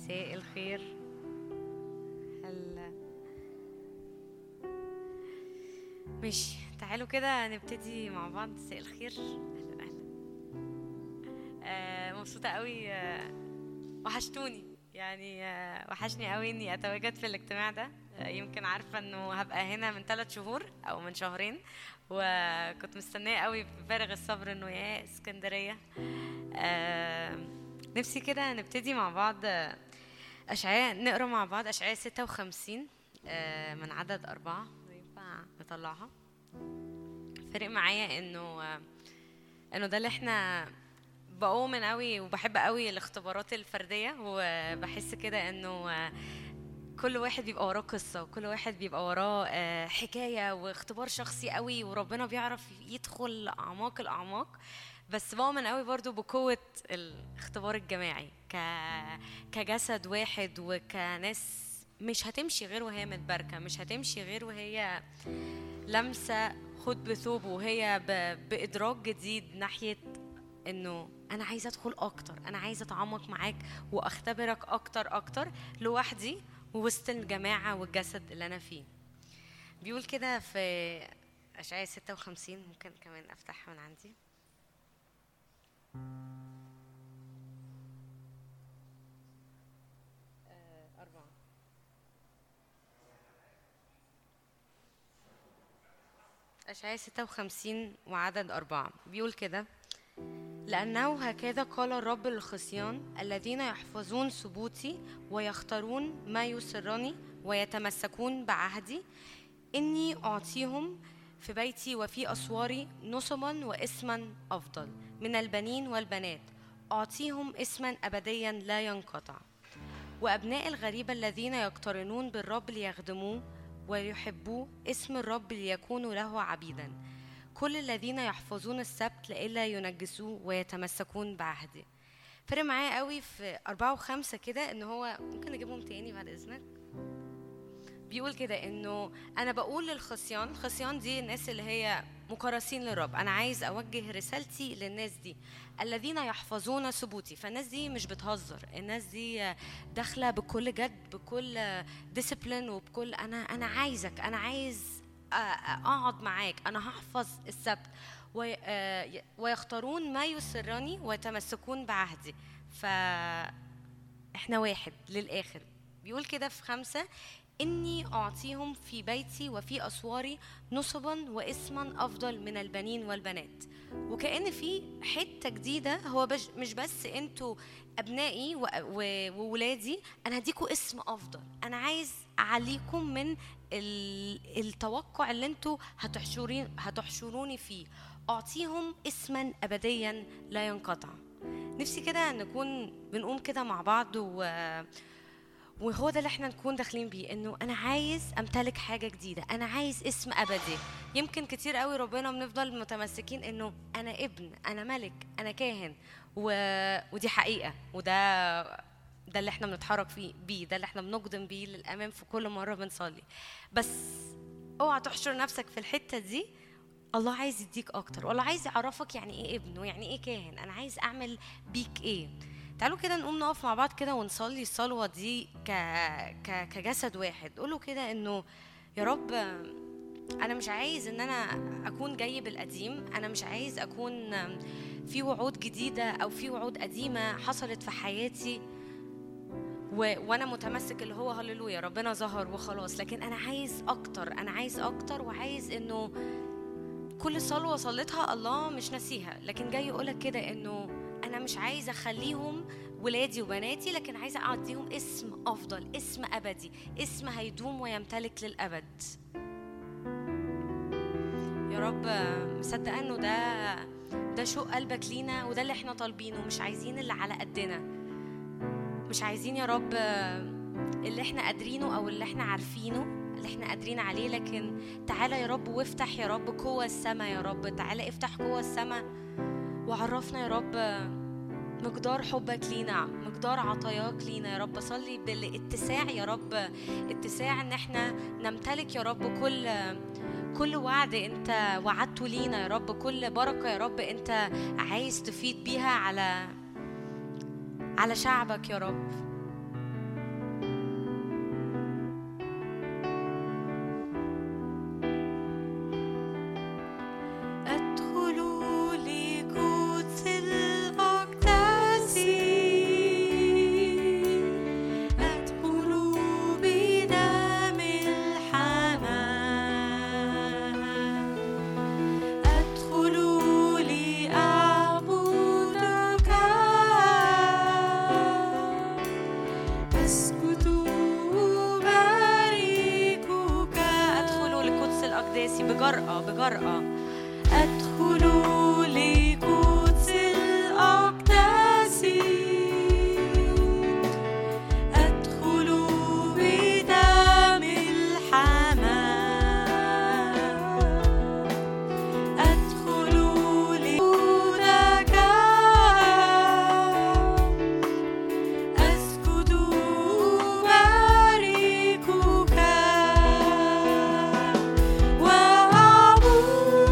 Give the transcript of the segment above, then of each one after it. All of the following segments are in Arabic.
مساء الخير. ماشي، تعالوا كده نبتدي مع بعض. مساء الخير. اهلا اهلا. مبسوطه قوي. وحشتوني يعني. وحشني قوي اني اتواجد في الاجتماع ده. يمكن عارفه انه هبقى هنا من 3 شهور او من شهرين، وكنت مستنيه قوي بفارغ الصبر انه يا اسكندريه. نفسي كده نبتدي مع بعض اشعياء، نقرا مع بعض اشعياء 56 من عدد 4. ينفع نطلعها؟ فرق معايا انه ده اللي احنا بؤمن قوي وبحب قوي الاختبارات الفرديه، وبحس كده انه كل واحد بيبقى وراه قصه، وكل واحد بيبقى وراه حكايه واختبار شخصي قوي، وربنا بيعرف يدخل اعماق الاعماق. بس بؤمن قوي برضو بقوه الاختبار الجماعي كجسد واحد، وكناس مش هتمشي غير وهي متباركه، مش هتمشي غير وهي لمسه خد بثوبه، وهي بادراك جديد ناحيه انه انا عايزه ادخل اكتر، انا عايزه اتعمق معاك واختبرك اكتر لوحدي ووسط الجماعه والجسد اللي انا فيه. بيقول كده في اشعياء 56، ممكن كمان افتحها من عندي. اشعياء 56 وعدد 4 بيقول كده: لأنه هكذا قال الرب للخصيان الذين يحفظون ثبوتي ويختارون ما يسرني ويتمسكون بعهدي، إني أعطيهم في بيتي وفي أسواري نصبا واسما أفضل من البنين والبنات، أعطيهم اسما أبديا لا ينقطع. وأبناء الغريبة الذين يقترنون بالرب ليخدموه ويحبوه، اسم الرب ليكونوا له عبيدا. كل الذين يحفظون السبت لئلا ينجسوه ويتمسكون بعهدي. فرق معايا قوي في 4 و5 كده، ان هو ممكن نجيبهم تاني بعد اذنك. بيقول كده انه انا بقول للخصيان، الخصيان دي الناس اللي هي مكرسين للرب، انا عايز اوجه رسالتي للناس دي الذين يحفظون ثبوتي. فالناس دي مش بتهزر، الناس دي داخله بكل جد، بكل ديسيبلين، وبكل انا عايزك، انا عايز اقعد معاك، انا هحفظ السبت ويختارون ما يسرني ويتمسكون بعهدي. فاحنا واحد للاخر. بيقول كده في 5: إني أعطيهم في بيتي وفي أسواري نصبا واسما أفضل من البنين والبنات. وكأن في حتة جديدة، هو مش بس أنتوا أبنائي وولادي، أنا هديكوا اسم أفضل، أنا عايز أعليكم من التوقع اللي أنتوا هتحشروني فيه، أعطيهم اسما أبديا لا ينقطع. نفسي كده نكون بنقوم كده مع بعض، وهو ده اللي احنا نكون داخلين بيه، انه انا عايز امتلك حاجة جديدة، انا عايز اسم ابدي. يمكن كتير قوي ربنا بنفضل متمسكين انه انا ابن، انا ملك، انا كاهن، ودي حقيقة، ده اللي احنا بنتحرك بيه، ده اللي احنا بنقدم بيه للامام في كل مرة بنصلي. بس اوعى تحشر نفسك في الحتة دي. الله عايز يديك اكتر، والله عايز يعرفك يعني ايه ابن ويعني ايه كاهن، انا عايز اعمل بيك ايه. تعالوا كده نقوم نقف مع بعض كده ونصلي الصلوة دي كجسد واحد. قولوا كده انه يا رب، انا مش عايز ان انا اكون جاي بالقديم، انا مش عايز اكون في وعود جديدة او في وعود قديمة حصلت في حياتي وانا متمسك اللي هو هللويا ربنا ظهر وخلاص. لكن انا عايز اكتر، انا عايز اكتر، وعايز انه كل صلوة صليتها الله مش نسيها، لكن جاي يقولك كده انه أنا مش عايزة أخليهم ولادي وبناتي، لكن عايزة أعطيهم اسم أفضل، اسم أبدي، اسم هيدوم ويمتلك للأبد. يا رب مصدقة أنه ده شوق قلبك لينا، وده اللي احنا طالبينه. مش عايزين اللي على قدنا، مش عايزين يا رب اللي احنا قادرينه أو اللي احنا عارفينه، اللي احنا قادرين عليه. لكن تعالى يا رب وافتح يا رب قوة السماء، يا رب تعالى افتح قوة السماء وعرفنا يا رب مقدار حبك لينا، مقدار عطاياك لينا. يا رب صلي بالاتساع يا رب، اتساع ان احنا نمتلك يا رب كل وعد انت وعدته لينا يا رب، كل بركة يا رب انت عايز تفيد بيها على شعبك يا رب. بجرأة أدخل لقدس الأقداس، أدخل بدم الحمام، أدخل لحضورك، أسجد أباركك وأعبدك.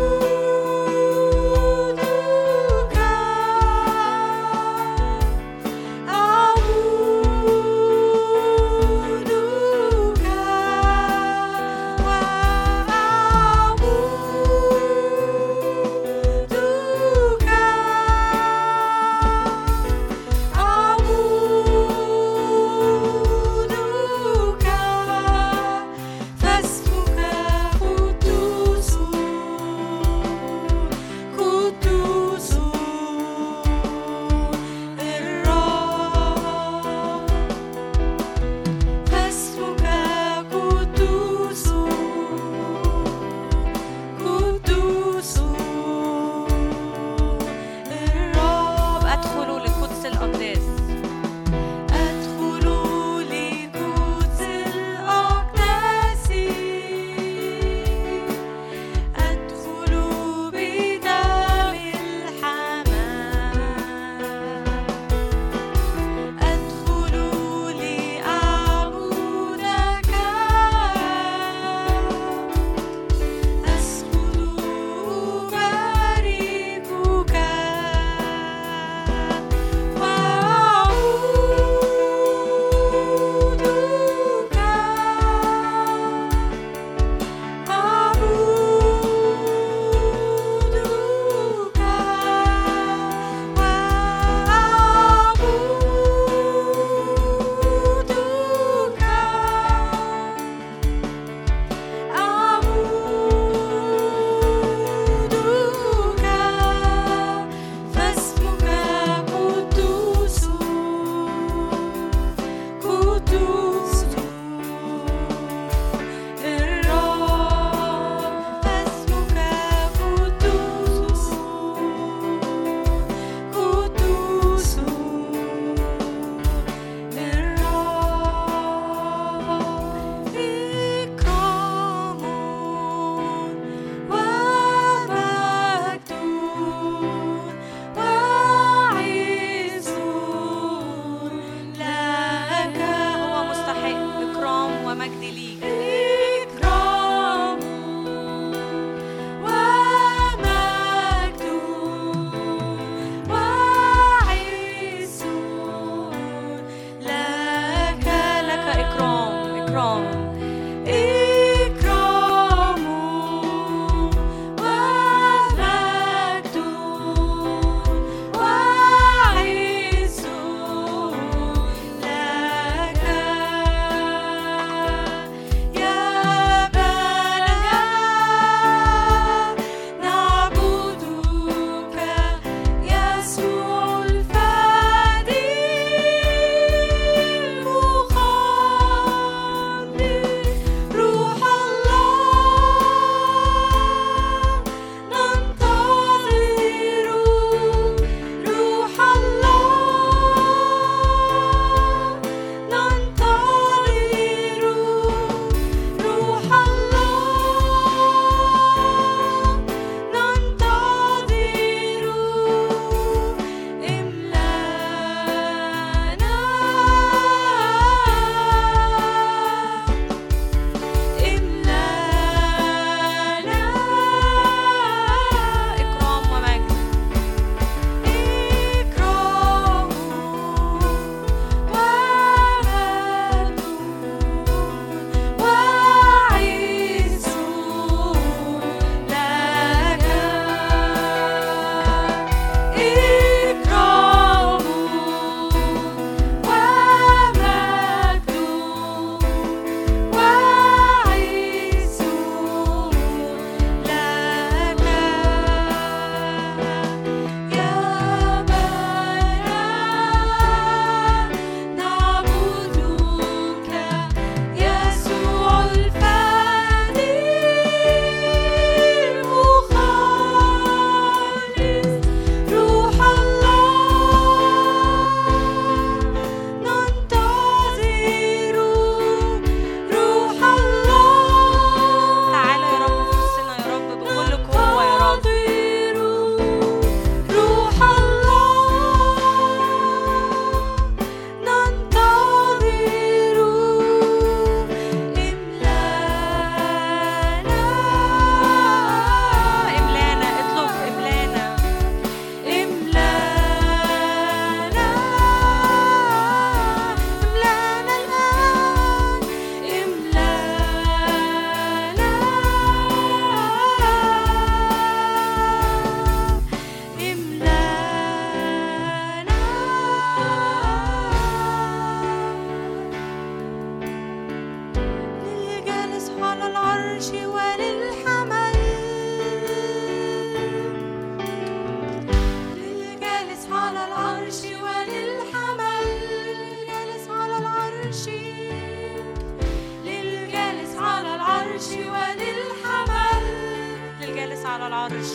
العرش،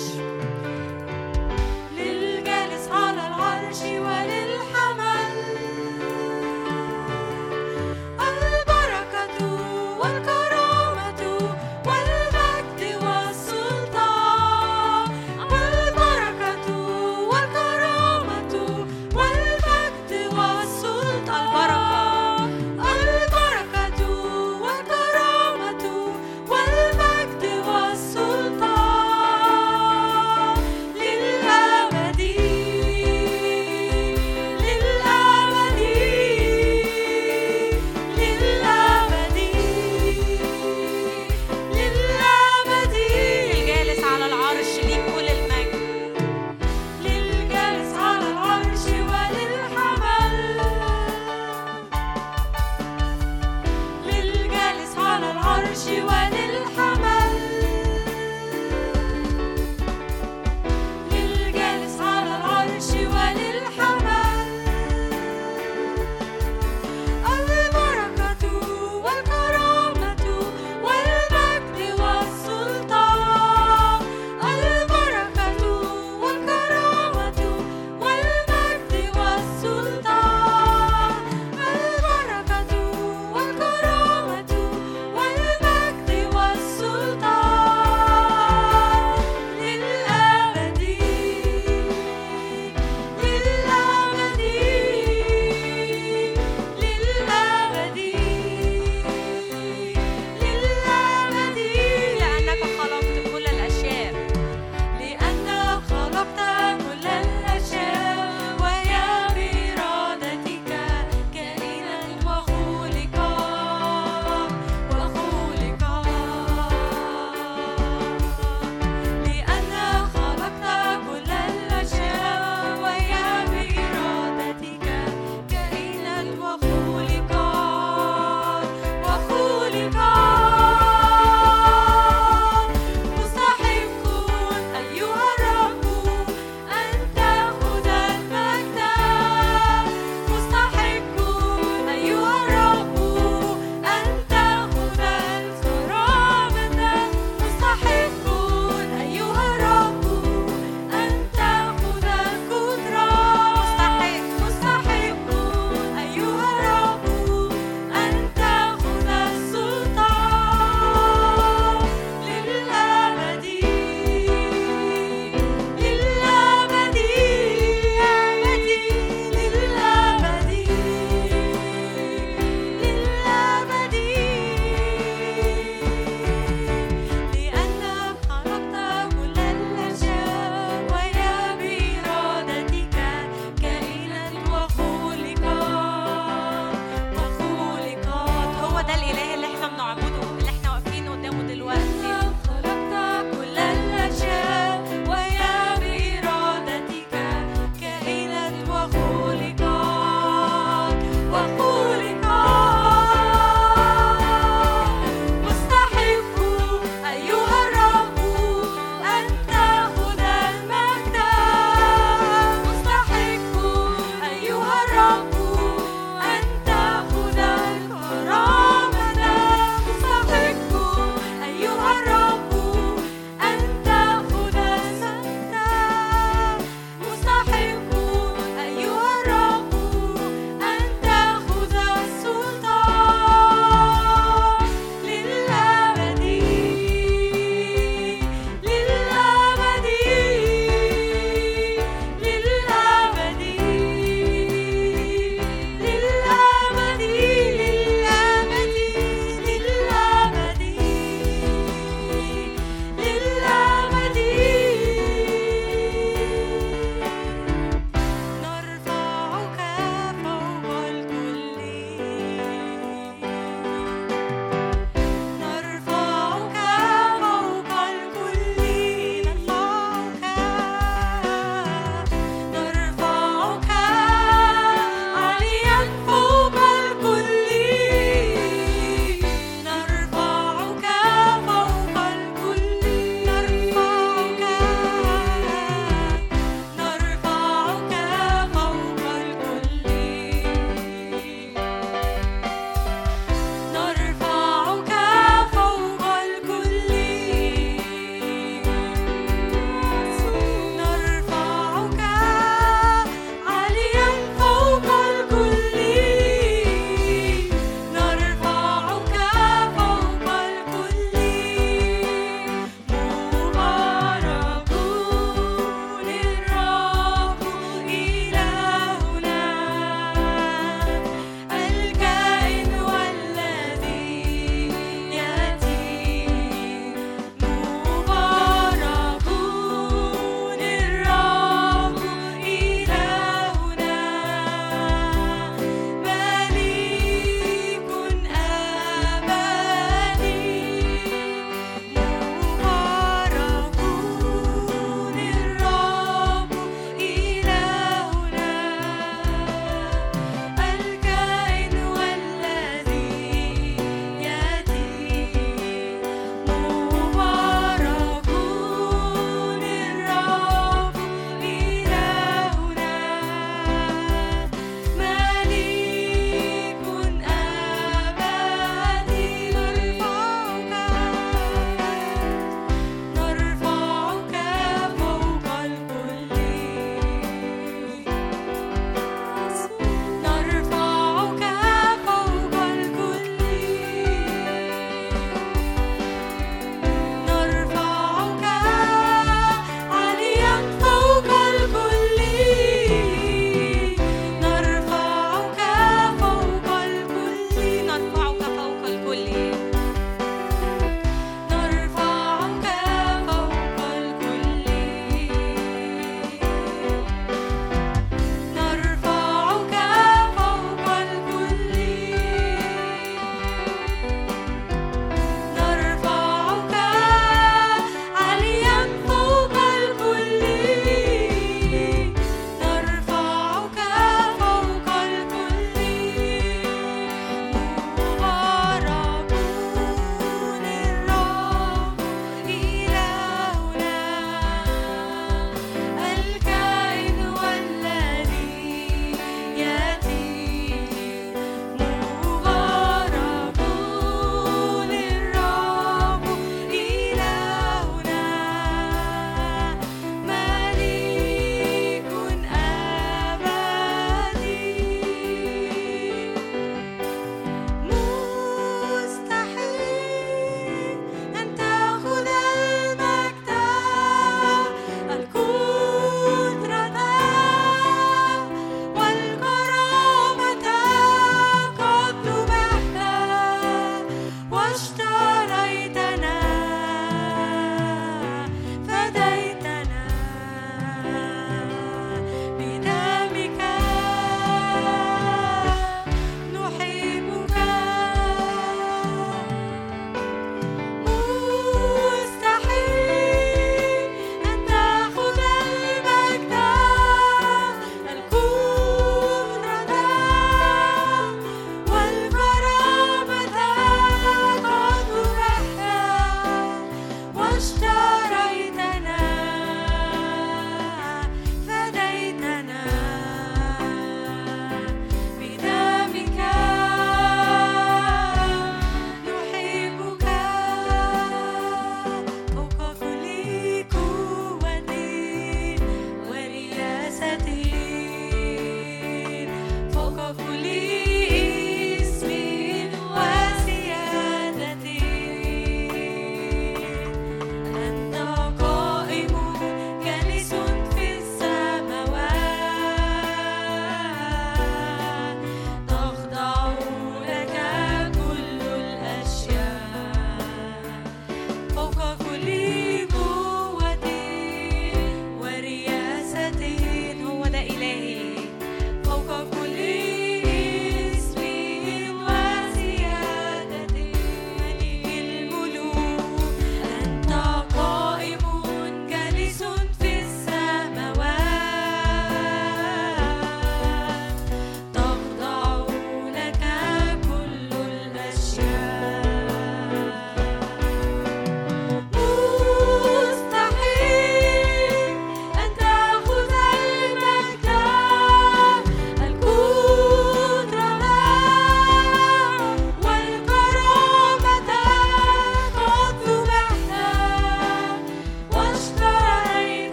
للجالس على العرش وللحمل، البركة والكرامة والمجد والسلطان، البركة والكرامة والمجد والسلطان، البركة والكرامة والمجد والسلطان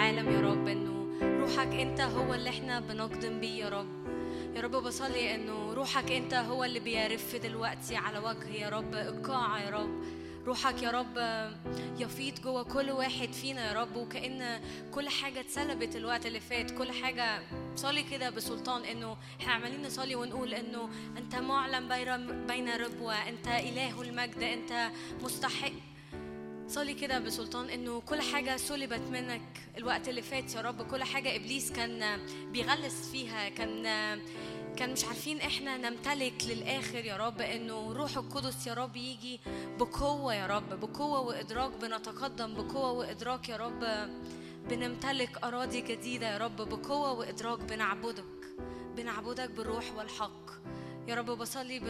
العالم يا رب، إنه روحك أنت هو اللي إحنا بنقدم بيه يا رب. يا رب بصلي إنه روحك أنت هو اللي بيرف دلوقتي على وجه يا رب القاعة يا رب. روحك يا رب يفيض جوه كل واحد فينا يا رب، وكأن كل حاجة اتسلبت الوقت اللي فات، كل حاجة. صلي كده بسلطان إنه إحنا عمالين نصلي ونقول إنه أنت معلن بين ربوة، أنت إله المجد، أنت مستحق. صلي كده بسلطان إنه كل حاجة سلبت منك الوقت اللي فات يا رب، كل حاجة إبليس كان بيغلس فيها، كان مش عارفين إحنا نمتلك للآخر يا رب. إنه روح القدس يا رب يجي بقوة يا رب، بقوة وإدراك بنتقدم، بقوة وإدراك يا رب بنمتلك أراضي جديدة يا رب، بقوة وإدراك بنعبدك بالروح والحق يا رب. بصلي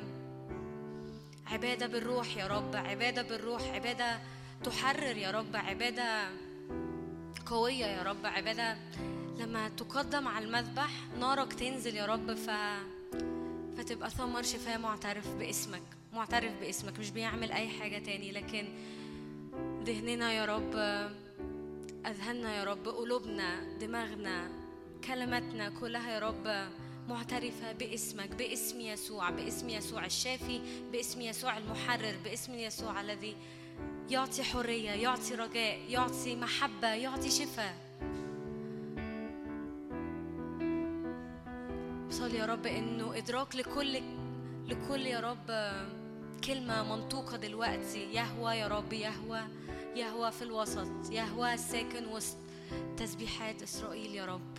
عبادة بالروح يا رب، عبادة بالروح، عبادة تحرر يا رب، عبادة قوية يا رب، عبادة لما تقدم على المذبح نارك تنزل يا رب، فتبقى ثمر شفاء معترف باسمك، مش بيعمل أي حاجة تاني، لكن ذهننا يا رب، أذهاننا يا رب، قلوبنا، دماغنا، كلماتنا كلها يا رب معترفة باسمك، باسم يسوع، باسم يسوع الشافي، باسم يسوع المحرر، باسم يسوع الذي يعطي حرية، يعطي رجاء، يعطي محبة، يعطي شفاء. صلي يا رب إنه إدراك لكل يا رب كلمة منطوقة دلوقتي. يهوى يا رب، يهوى في الوسط، يهوى الساكن وسط تسبيحات إسرائيل يا رب.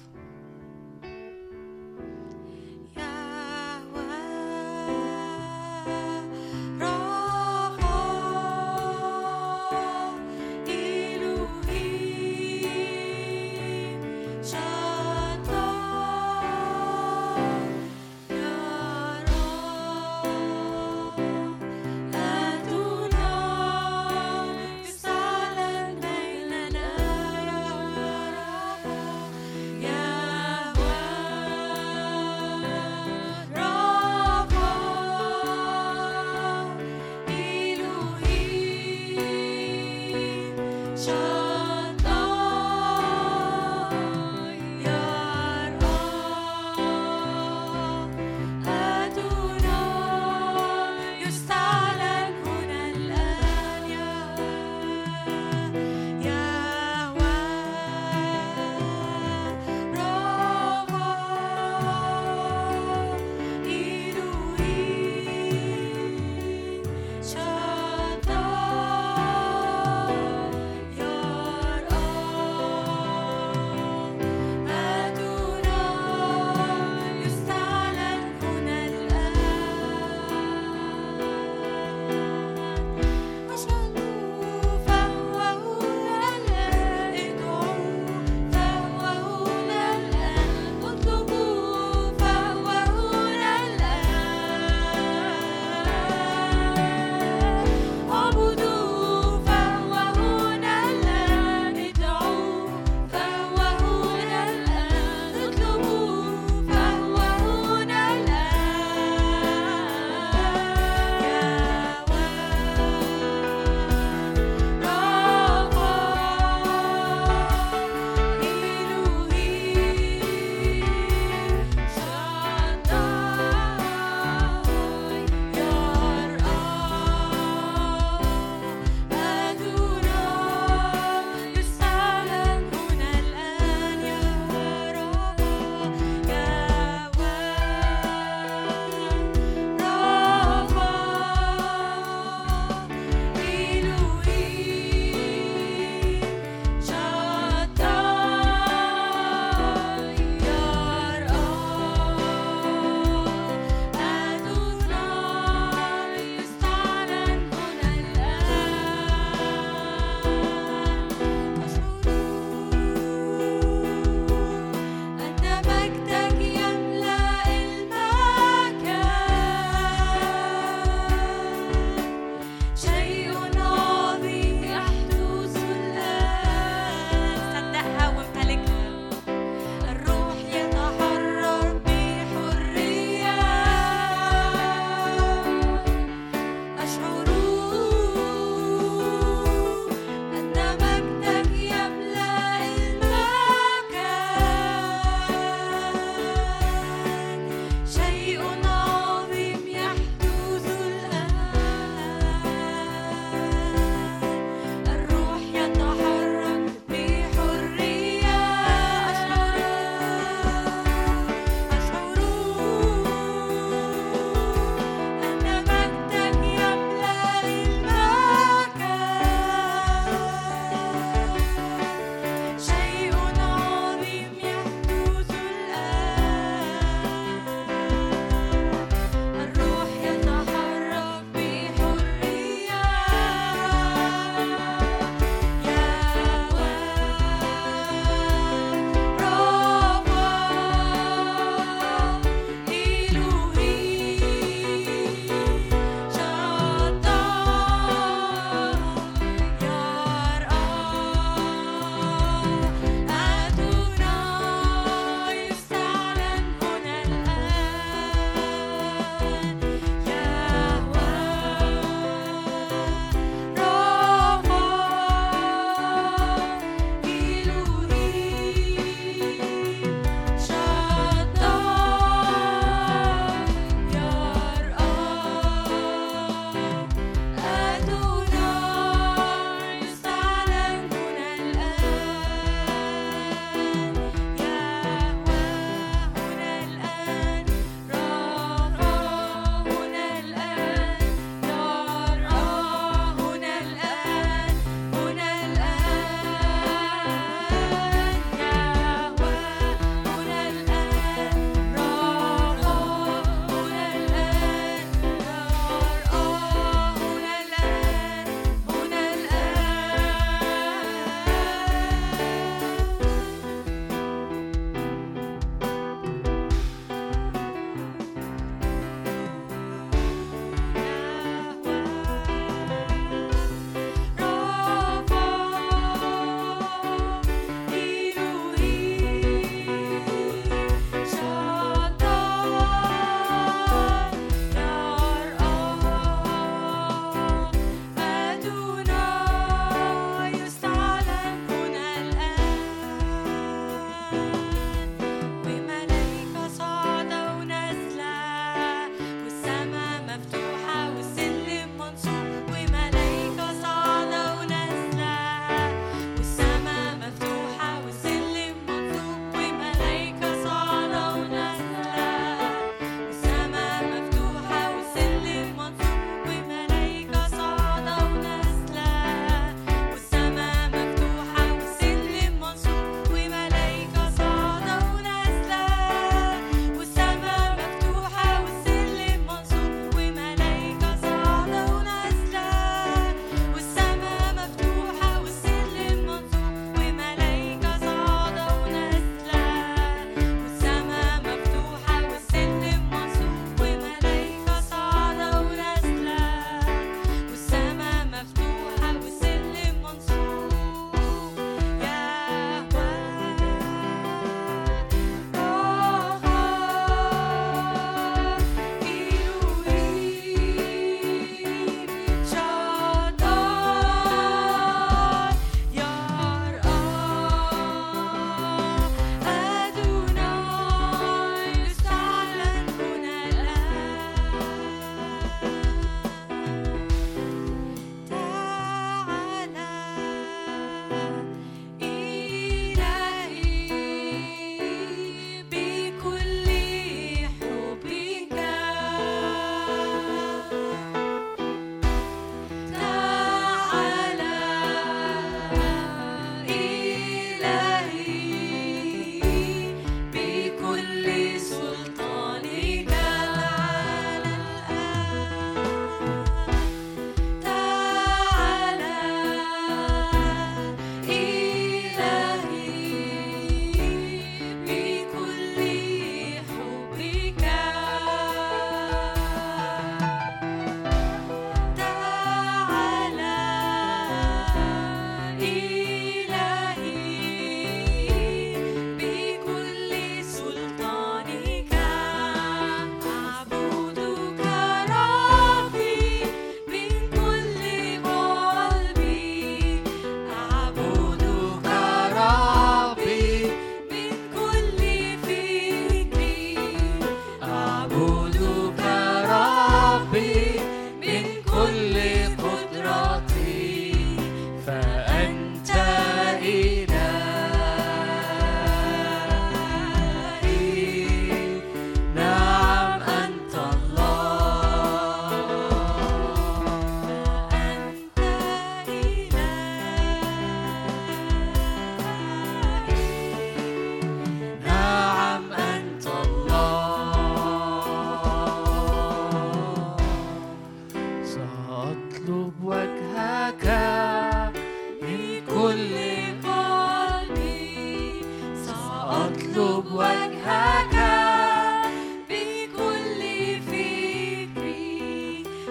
Yeah.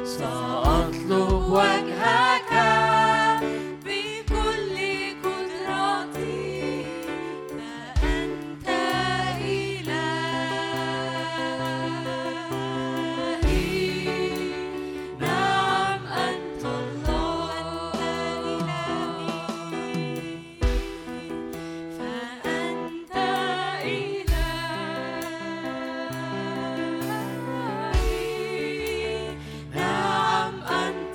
سأطلب وجهك بكل قدرتي فأنت إلهي نعم أنت الله فأنت إلهي نعم أنت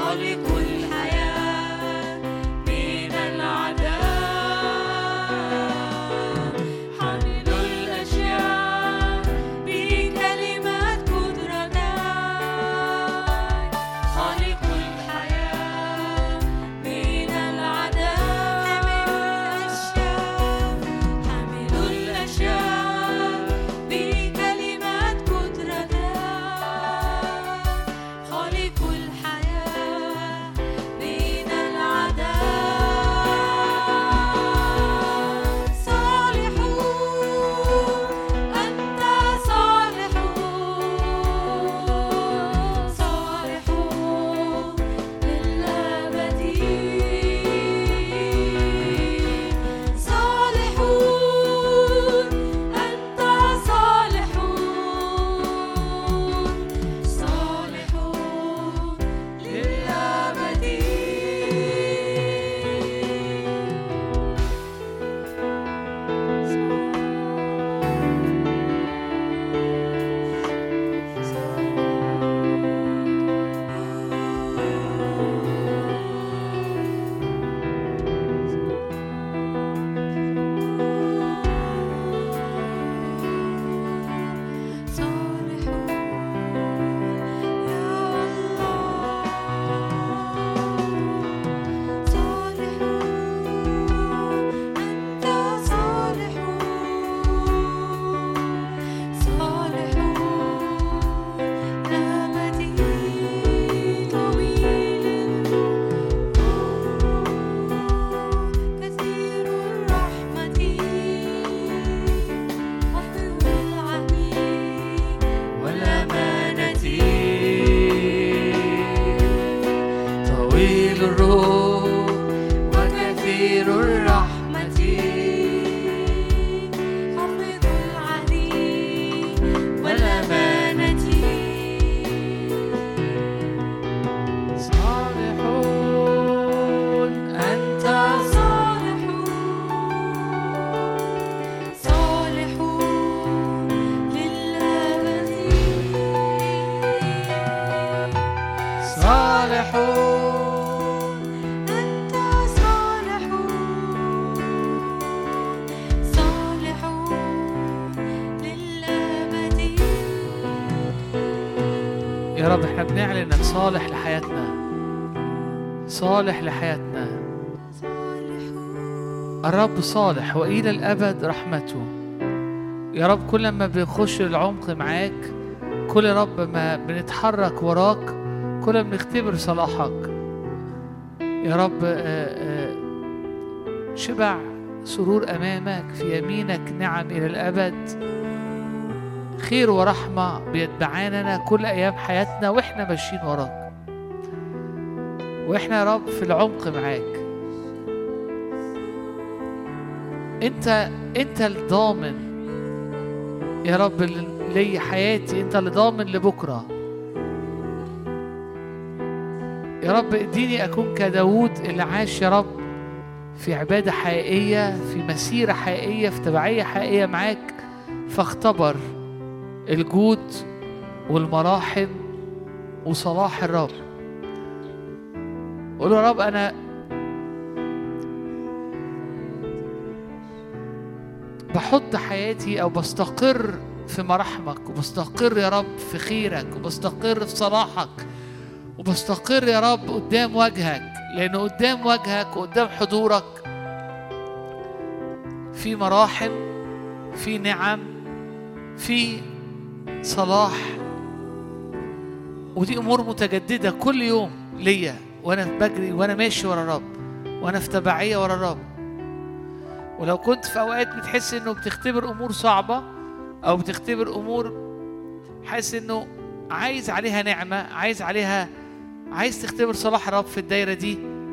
خالق الحياة من العدم، حامل الأشياء بكلمات قدرتك، خالق الحياة من العدم، حامل الأشياء بكلمات قدرتك، خالق الحياة من العدم. صالحون أنت صالحون، صالحون للأبد، صالحون أنت صالحون، صالحون للأبد. طويل الروح وكثير الرحمة، حافظ العهد والأمانة، صالحون أنت صالحون، صالحون للأبد، صالحون أنت صالحون، صالحون للأبد. يا رب احنا بنعلن انك صالح لحياتنا، صالح لحياتنا. الرب صالح وإلى الأبد رحمته. يا رب كل ما بنخش العمق معاك، كل يا رب ما بنتحرك وراك، كل ما بنختبر صلاحك. يا رب شبع سرور أمامك، في يمينك نعم إلى الأبد، خير ورحمة بيتبعاننا كل أيام حياتنا وإحنا ماشيين وراك، وإحنا يا رب في العمق معاك. أنت الضامن يا رب لي حياتي، أنت اللي ضامن لبكرة. يا رب اديني أكون كداود اللي عاش يا رب في عبادة حقيقية، في مسيرة حقيقية، في تبعية حقيقية معاك، فاختبر الجود والمراحم وصلاح الرب. قول يا رب أنا بحط حياتي أو بستقر في مراحمك، وبستقر يا رب في خيرك، وبستقر في صلاحك، وبستقر يا رب قدام وجهك، لأنه قدام وجهك وقدام حضورك في مراحم، في نعم، في صلاح، ودي أمور متجددة كل يوم ليا وأنا بجري وأنا ماشي ورا الرب، وأنا في تبعية ورا الرب. ولو كنت في أوقات بتحس إنه بتختبر أمور صعبة أو بتختبر أمور حاسس إنه عايز عليها نعمة، عايز تختبر صلاح الرب في الدايرة دي،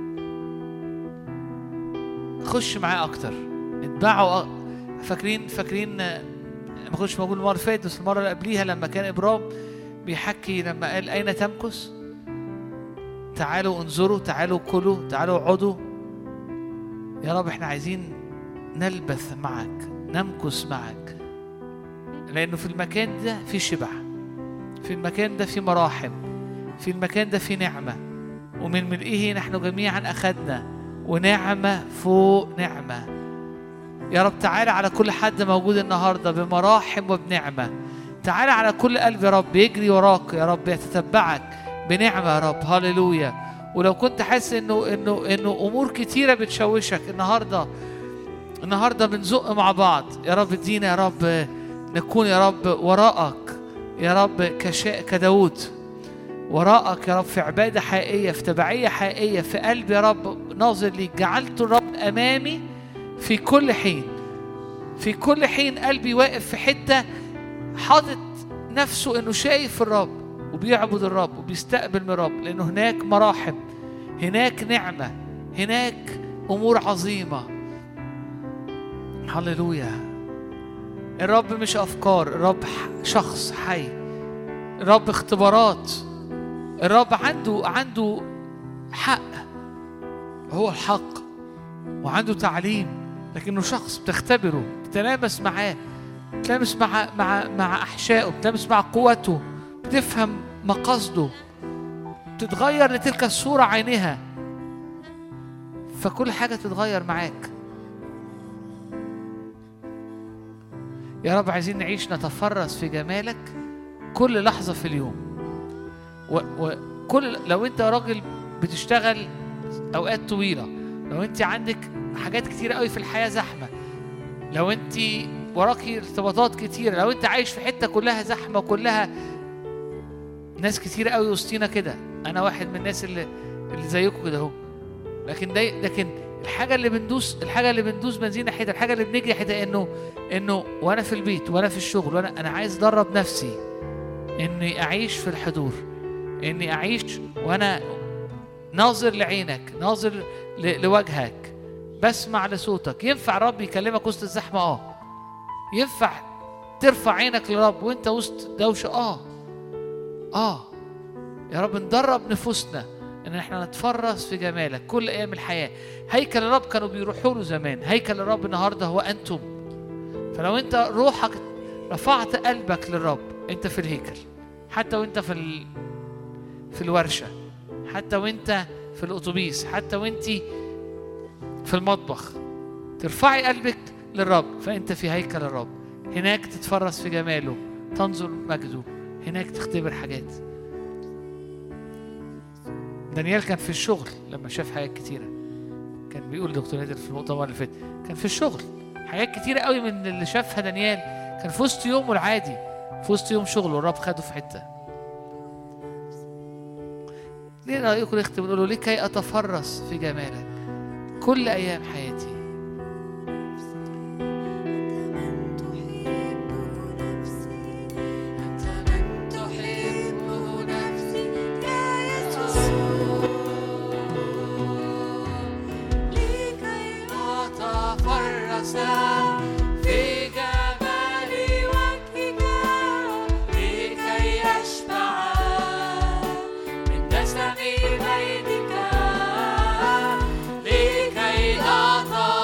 خش معاه أكتر، اتبعوا. فاكرين ما كنتش موجود المرة اللي فاتت، بس المرة اللي قبليها لما كان إبرام بيحكي، لما قال أين تمكث؟ تعالوا انظروا، تعالوا كلوا، تعالوا اقعدوا. يا رب احنا عايزين نلبث معك، نمكث معك، لأنه في المكان ده في شبع، في المكان ده في مراحم، في المكان ده في نعمة، ومن ملئه نحن جميعا أخذنا، ونعمة فوق نعمة. يا رب تعالى على كل حد موجود النهاردة بمراحم وبنعمة. تعالى على كل قلب يا رب يجري وراك يا رب، يتتبعك بنعمة يا رب. هاليلويا. ولو كنت حاسس إنه أمور كتيرة بتشوشك النهاردة بنزق مع بعض. يا رب ادينا يا رب نكون يا رب وراءك يا رب كداود، وراءك يا رب في عبادة حقيقية، في تبعية حقيقية، في قلب يا رب ناظر ليك. جعلت الرب أمامي في كل حين. في كل حين قلبي واقف في حتة حاطط نفسه إنه شايف الرب وبيعبد الرب وبيستقبل من الرب، لأنه هناك مراحم، هناك نعمة، هناك أمور عظيمة. هللويا. الرب مش أفكار، الرب شخص حي، الرب اختبارات، الرب عنده حق، هو الحق، وعنده تعليم، لكنه شخص بتختبره، بتلامس معاه، بتلامس مع أحشائه، بتلامس مع قوته، بتفهم مقاصده، بتتغير لتلك الصورة عينها، فكل حاجة تتغير معاك. يا رب عايزين نعيش نتفرس في جمالك كل لحظة في اليوم. وكل لو انت راجل بتشتغل اوقات طويلة، لو انت عندك حاجات كتيرة قوي في الحياة زحمة، لو انت وراكي ارتباطات كتيرة، لو انت عايش في حتة كلها زحمة وكلها ناس كتيرة قوي وسطينا كده، انا واحد من الناس اللي زيكم كده اهو، لكن الحاجة اللي بندوس بنزين ناحيتها، الحاجة اللي بنجري ناحيتها إنه وأنا في البيت وأنا في الشغل وأنا عايز أدرب نفسي إني أعيش في الحضور، إني أعيش وأنا ناظر لعينك، ناظر لوجهك، بسمع لصوتك. ينفع رب يكلمك وسط الزحمة؟ ينفع ترفع عينك لرب وأنت وسط دوشة؟ يا رب ندرب نفوسنا إن إحنا نتفرس في جمالك كل أيام الحياة. هيكل الرب كانوا بيروحوا له زمان، هيكل الرب النهاردة هو أنتم. فلو أنت روحك رفعت قلبك للرب، أنت في الهيكل، حتى وأنت في الورشة، حتى وأنت في الأتوبيس، حتى وأنت في المطبخ، ترفعي قلبك للرب، فأنت في هيكل الرب. هناك تتفرس في جماله، تنظر مجده، هناك تختبر حاجات. دانيال كان في الشغل لما شاف حاجات كتيرة، كان بيقول دكتور نادر في المؤتمر اللي فات، كان في الشغل حاجات كتيرة قوي من اللي شافها دانيال كان في وسط يومه العادي، في وسط يوم شغله، والرب خده في حتة. ليه رأيكم نختم ونقول له لكي أتفرس في جمالك كل أيام حياتي. في جمال وجهك لكي أشبع من دسم بيتك، لكي أتفرس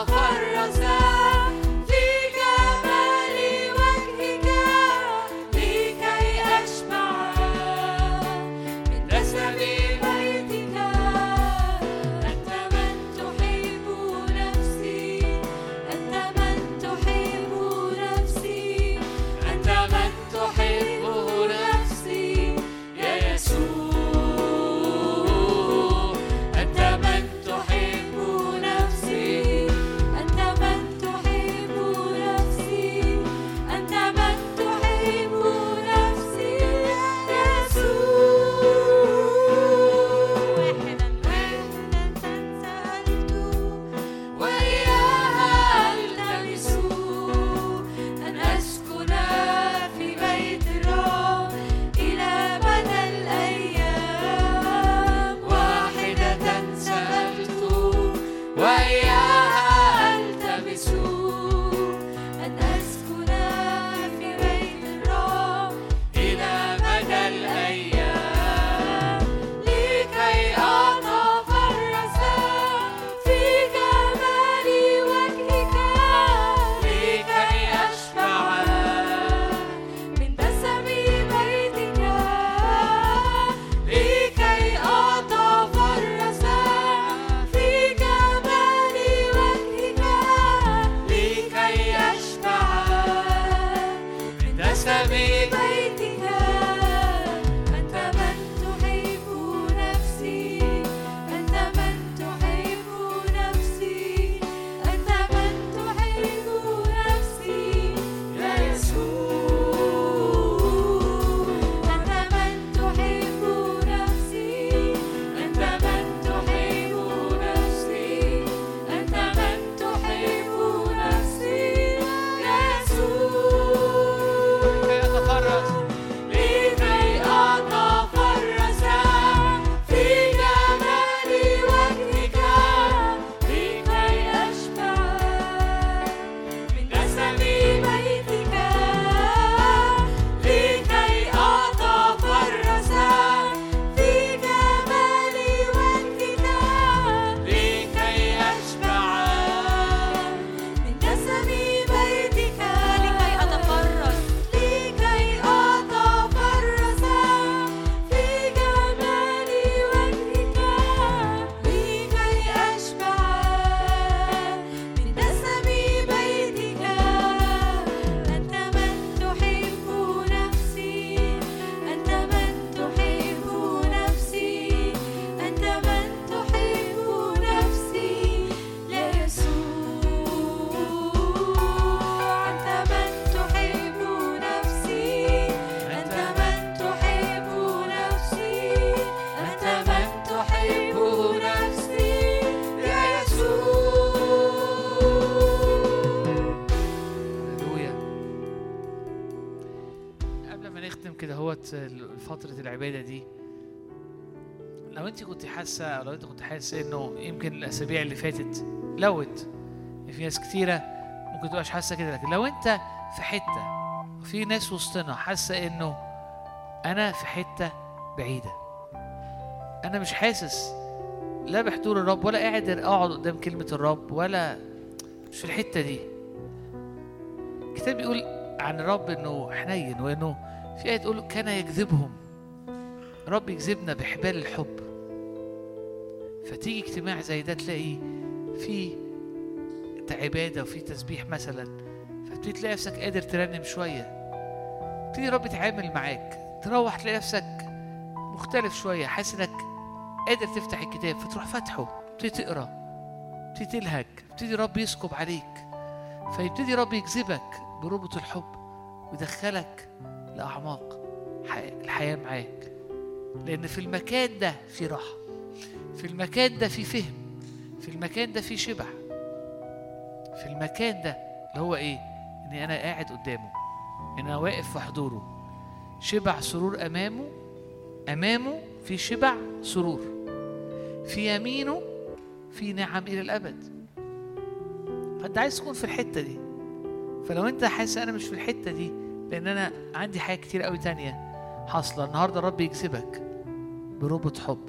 لو انت كنت حاسه او لو انت كنت حاسس انه يمكن الاسابيع اللي فاتت لوت، في ناس كتيره ممكن تبقاش حاسه كده، لكن لو انت في حته، في ناس وسطنا حاسه انه انا في حته بعيده، انا مش حاسس لا بحضور الرب ولا قادر اقعد قدام كلمه الرب ولا مش في الحته دي. الكتاب بيقول عن الرب انه حنين، وانه في آية تقول كان يجذبهم. رب يجذبنا بحبال الحب. فتيجي اجتماع زي ده تلاقي فيه عبادة وفيه تسبيح مثلا، فتبتدي تلاقي نفسك قادر ترنم شوية، تبتدي رب يتعامل معاك، تروح تلاقي نفسك مختلف شوية، حاسس انك قادر تفتح الكتاب، فتروح فتحه تبتدي تقرا، تبتدي تلهج، تبتدي رب يسكب عليك، فيبتدي رب يجذبك بربط الحب ويدخلك لأعماق الحياة معاك. لأن في المكان ده في راحة، في المكان ده في فهم، في المكان ده في شبع، في المكان ده اللي هو إيه؟ إني أنا قاعد قدامه، إن أنا واقف في حضوره، شبع سرور أمامه في شبع سرور، في يمينه في نعم إلى الأبد. فأنت عايز تكون في الحتة دي. فلو أنت حاسس أنا مش في الحتة دي لأن أنا عندي حاجة كتير قوي تانية حاصلة، النهاردة الرب يجذبك بربط حب،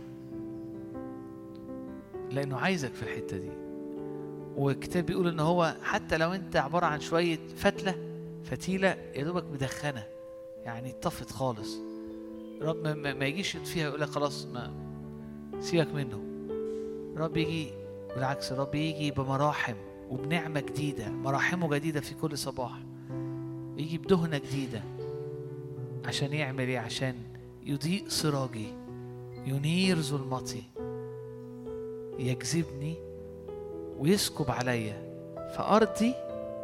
لأنه عايزك في الحتة دي. والكتاب بيقول إن هو حتى لو أنت عبارة عن شوية فتيلة يا دوبك مدخنة، يعني اتطفت خالص، رب ما يجيش فيها يقول لك خلاص ما سيبك منه. رب يجي بالعكس، رب يجي بمراحم وبنعمة جديدة، مراحمه جديدة في كل صباح، يجي بدهنة جديدة. عشان يعمل ايه؟ عشان يضيء سراجي، ينير ظلمتي، يجذبني ويسكب عليا، فأرضي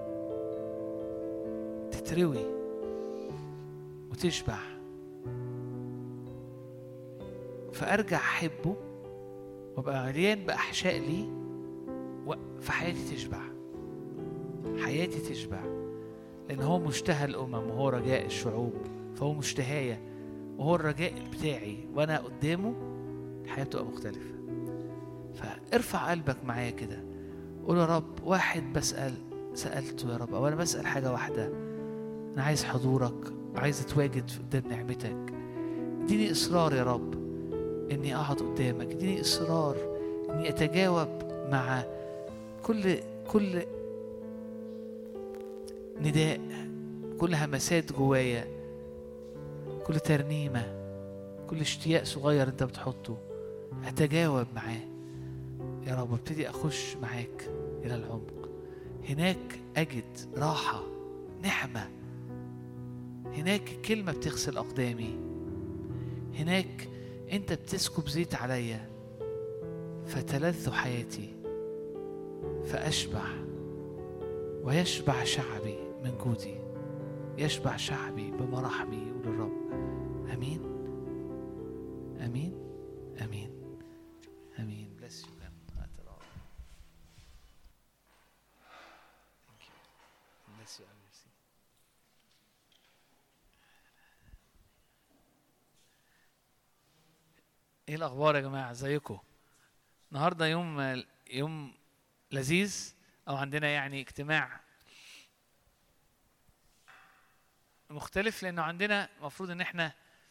تتروي وتشبع، فأرجع أحبه وأبقى مليان بأحشاء لي، فحياتي تشبع، حياتي تشبع، لأن هو مشتهى الأمم وهو رجاء الشعوب، فهو مشتهايا وهو الرجاء بتاعي، وأنا قدامه الحياة تبقى مختلفة. فارفع قلبك معايا كده، قول يا رب واحد سألته يا رب، أو أنا بسأل حاجة واحدة، أنا عايز حضورك، عايز أتواجد قدام نعمتك. اديني إصرار يا رب إني أقعد قدامك، اديني إصرار إني أتجاوب مع كل نداء، كل همسات جوايا، كل ترنيمة، كل اشتياق صغير انت بتحطه، اتجاوب معاه يا رب. ابتدي اخش معاك الى العمق، هناك اجد راحة، نعمة، هناك كلمة بتغسل اقدامي، هناك انت بتسكب زيت عليا، فتلذ حياتي، فاشبع، ويشبع شعبي من جودي، يشبع شعبي بمراحمي وللرب. امين امين امين امين. bless you God. Thank you. Bless you. ايه الاخبار يا جماعه؟ ازيكم؟ النهارده يوم لذيذ، او عندنا يعني اجتماع مختلف، لانه عندنا المفروض ان احنا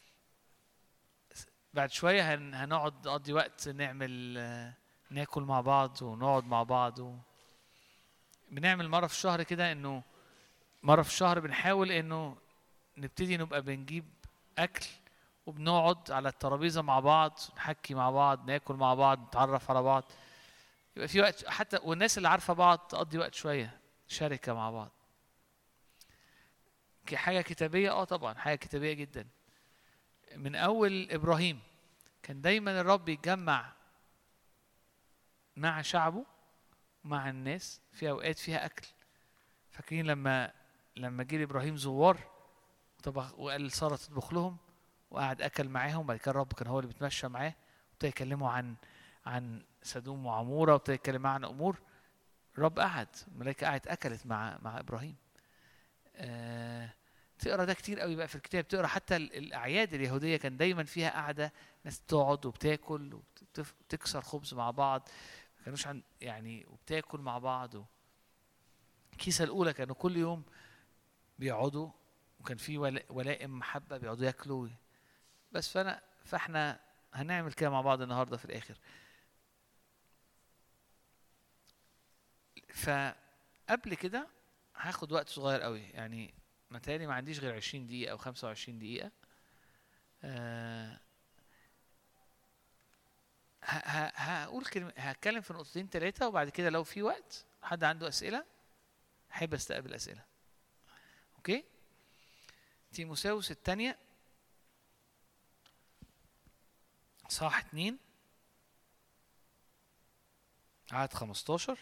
بعد شويه هنقعد نقضي وقت ناكل مع بعض ونقعد مع بعض، بنعمل مره في الشهر كده، انه مره في الشهر بنحاول انه نبتدي نبقى بنجيب اكل وبنقعد على الترابيزه مع بعض، نحكي مع بعض، ناكل مع بعض، نتعرف على بعض، يبقى في وقت حتى والناس اللي عارفه بعض تقضي وقت شويه شركه مع بعض. حاجه كتابيه، طبعا حاجه كتابيه جدا. من اول ابراهيم كان دايما الرب يتجمع مع شعبه، مع الناس في اوقات فيها اكل. فاكرين لما جه ابراهيم زوار وقال ساره تطبخ لهم، وقعد اكل معاهم، بعد كده الرب كان هو اللي بيتمشى معاه، وابتدى يكلموا عن سدوم وعموره، وابتدى يتكلم معاه عن امور. الرب قعد، الملائكه قعدت اكلت مع ابراهيم. تقرا ده كتير قوي بقى في الكتاب، تقرا حتى الاعياد اليهوديه كان دايما فيها قعده ناس تقعد وبتاكل وتكسر خبز مع بعض، ما كانوش يعني وبتاكل مع بعض. الكيسه الاولى كانوا كل يوم بيقعدوا، وكان في ولائم محبه بيقعدوا ياكلوا بس. فاحنا هنعمل كده مع بعض النهارده في الاخر. فقبل كده هاخد وقت صغير قوي، يعني متهيألي ما عنديش غير 20 دقيقة أو 25 دقيقة. هقول كلمة، هتكلم في نقطتين 3، وبعد كده لو في وقت حد عنده أسئلة أحب أستقبل أسئلة. أوكي؟ تيموثاوس الثانية صح 2 عدد 15.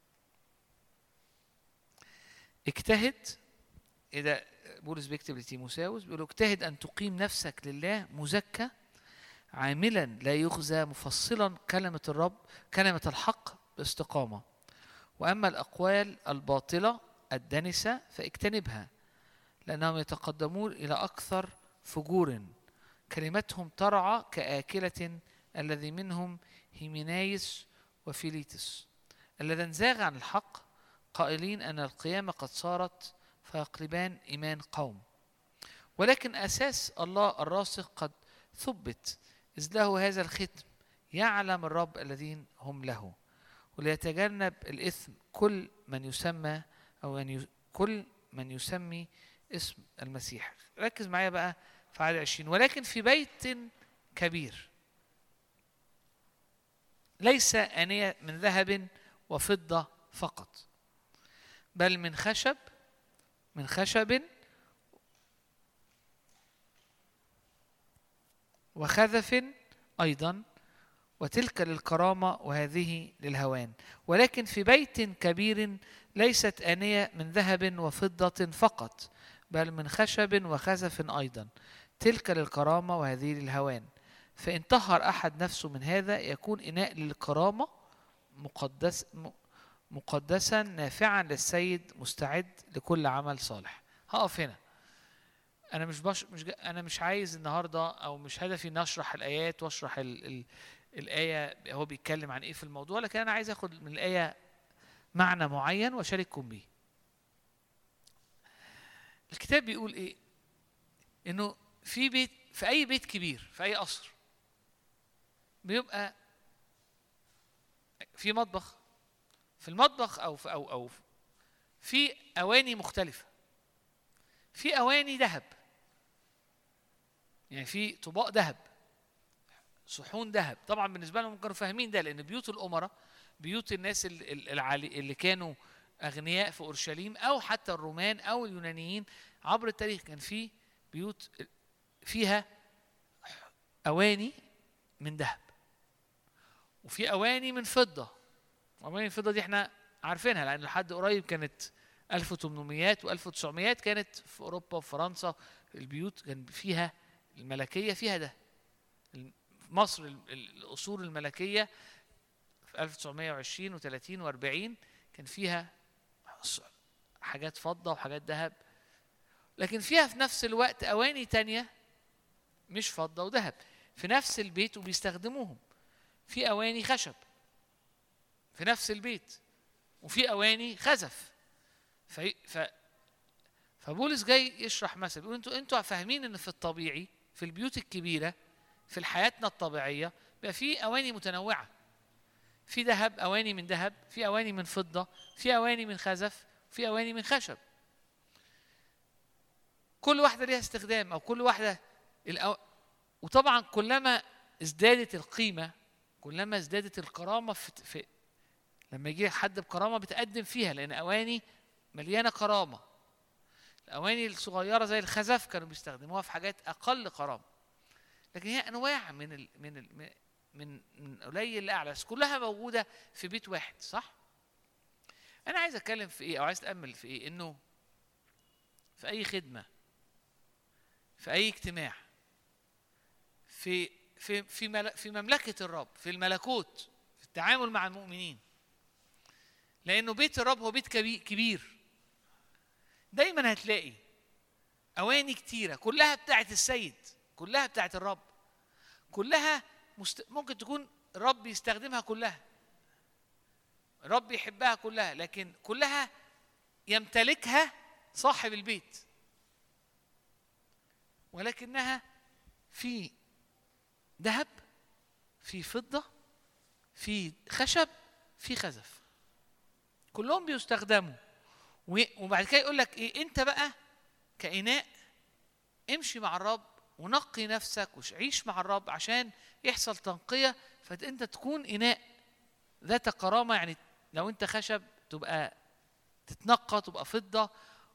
اجتهد، إذا بولس بيكتب لتيموثاوس بيقول اجتهد أن تقيم نفسك لله مزكى عاملا لا يخزى مفصلا كلمة الرب كلمة الحق باستقامة، وأما الأقوال الباطلة الدنسة فاجتنبها لأنهم يتقدمون إلى أكثر فجور، كلمتهم ترعى كآكلة، الذي منهم هيمينايس وفيليتس الذين انزاغ عن الحق قائلين أن القيامة قد صارت فيقلبان إيمان قوم. ولكن أساس الله الراسخ قد ثبت، إذ له هذا الختم يعلم الرب الذين هم له، وليتجنب الإثم كل من يسمى أو كل من يسمي اسم المسيح. ركز معايا بقى في عدد 20. ولكن في بيت كبير ليس آنية من ذهب وفضة فقط، بل من خشب وخذف أيضا، وتلك للكرامة وهذه للهوان. ولكن في بيت كبير ليست آنية من ذهب وفضة فقط، بل من خشب وخزف أيضا، تلك للكرامة وهذه للهوان. فإن طهر أحد نفسه من هذا يكون إناء للكرامة مقدسا نافعا للسيد مستعد لكل عمل صالح. هقف هنا. أنا مش عايز النهاردة أو مش هدفي نشرح الآيات واشرح الآية هو بيتكلم عن إيه في الموضوع، لكن أنا عايز أخد من الآية معنى معين وأشارككم بيه. الكتاب بيقول إيه؟ إنه في أي بيت كبير، في أي قصر، بيبقى في مطبخ. في المطبخ أو في أواني مختلفة. في أواني ذهب، يعني في طباق ذهب، صحون ذهب. طبعا بالنسبة لهم كانوا فاهمين ده، لأن بيوت الأمراء، بيوت الناس اللي كانوا أغنياء في أورشليم أو حتى الرومان أو اليونانيين عبر التاريخ، كان في بيوت فيها أواني من ذهب وفي أواني من فضة. أواني الفضة دي احنا عارفينها، لأن لحد قريب كانت 1800 و1900 كانت في أوروبا وفرنسا البيوت كان فيها الملكية فيها ده. مصر الأصول الملكية في 1920 و30 و40 كان فيها حاجات فضة وحاجات ذهب، لكن فيها في نفس الوقت أواني تانية مش فضة وذهب في نفس البيت وبيستخدموهم. في أواني خشب في نفس البيت، وفي أواني خزف. فبولس جاي يشرح مثلا، يقول انتوا فاهمين ان في الطبيعي في البيوت الكبيرة في حياتنا الطبيعية بقى في أواني متنوعة، في ذهب، أواني من ذهب، في أواني من فضة، في أواني من خزف، في أواني من خشب. كل واحدة ليها استخدام، أو كل واحدة وطبعا كلما ازدادت القيمة كلما ازدادت الكرامة لما يجي حد بكرامة بتقدم فيها، لأن أواني مليانة كرامة. الأواني الصغيرة زي الخزف كانوا بيستخدموها في حاجات أقل كرامة، لكن هي أنواع من قليل لأعلى، بس كلها موجودة في بيت واحد. صح؟ أنا عايز أتكلم في إيه أو عايز أتأمل في إيه؟ إنه في أي خدمة، في أي اجتماع، في مملكة الرب، في الملكوت، في التعامل مع المؤمنين، لأنه بيت الرب هو بيت كبير. دايما هتلاقي أواني كتيرة كلها بتاعت السيد، كلها بتاعت الرب، كلها ممكن تكون الرب يستخدمها كلها، الرب يحبها كلها، لكن كلها يمتلكها صاحب البيت، ولكنها في ذهب، في فضة، في خشب، في خزف، كلهم بيستخدموا. وبعد كده يقول لك ايه؟ انت بقى كإناء امشي مع الرب ونقي نفسك وعيش مع الرب عشان يحصل تنقية، فانت تكون إناء ذات كرامة. يعني لو انت خشب تبقى تتنقى، تبقى فضة،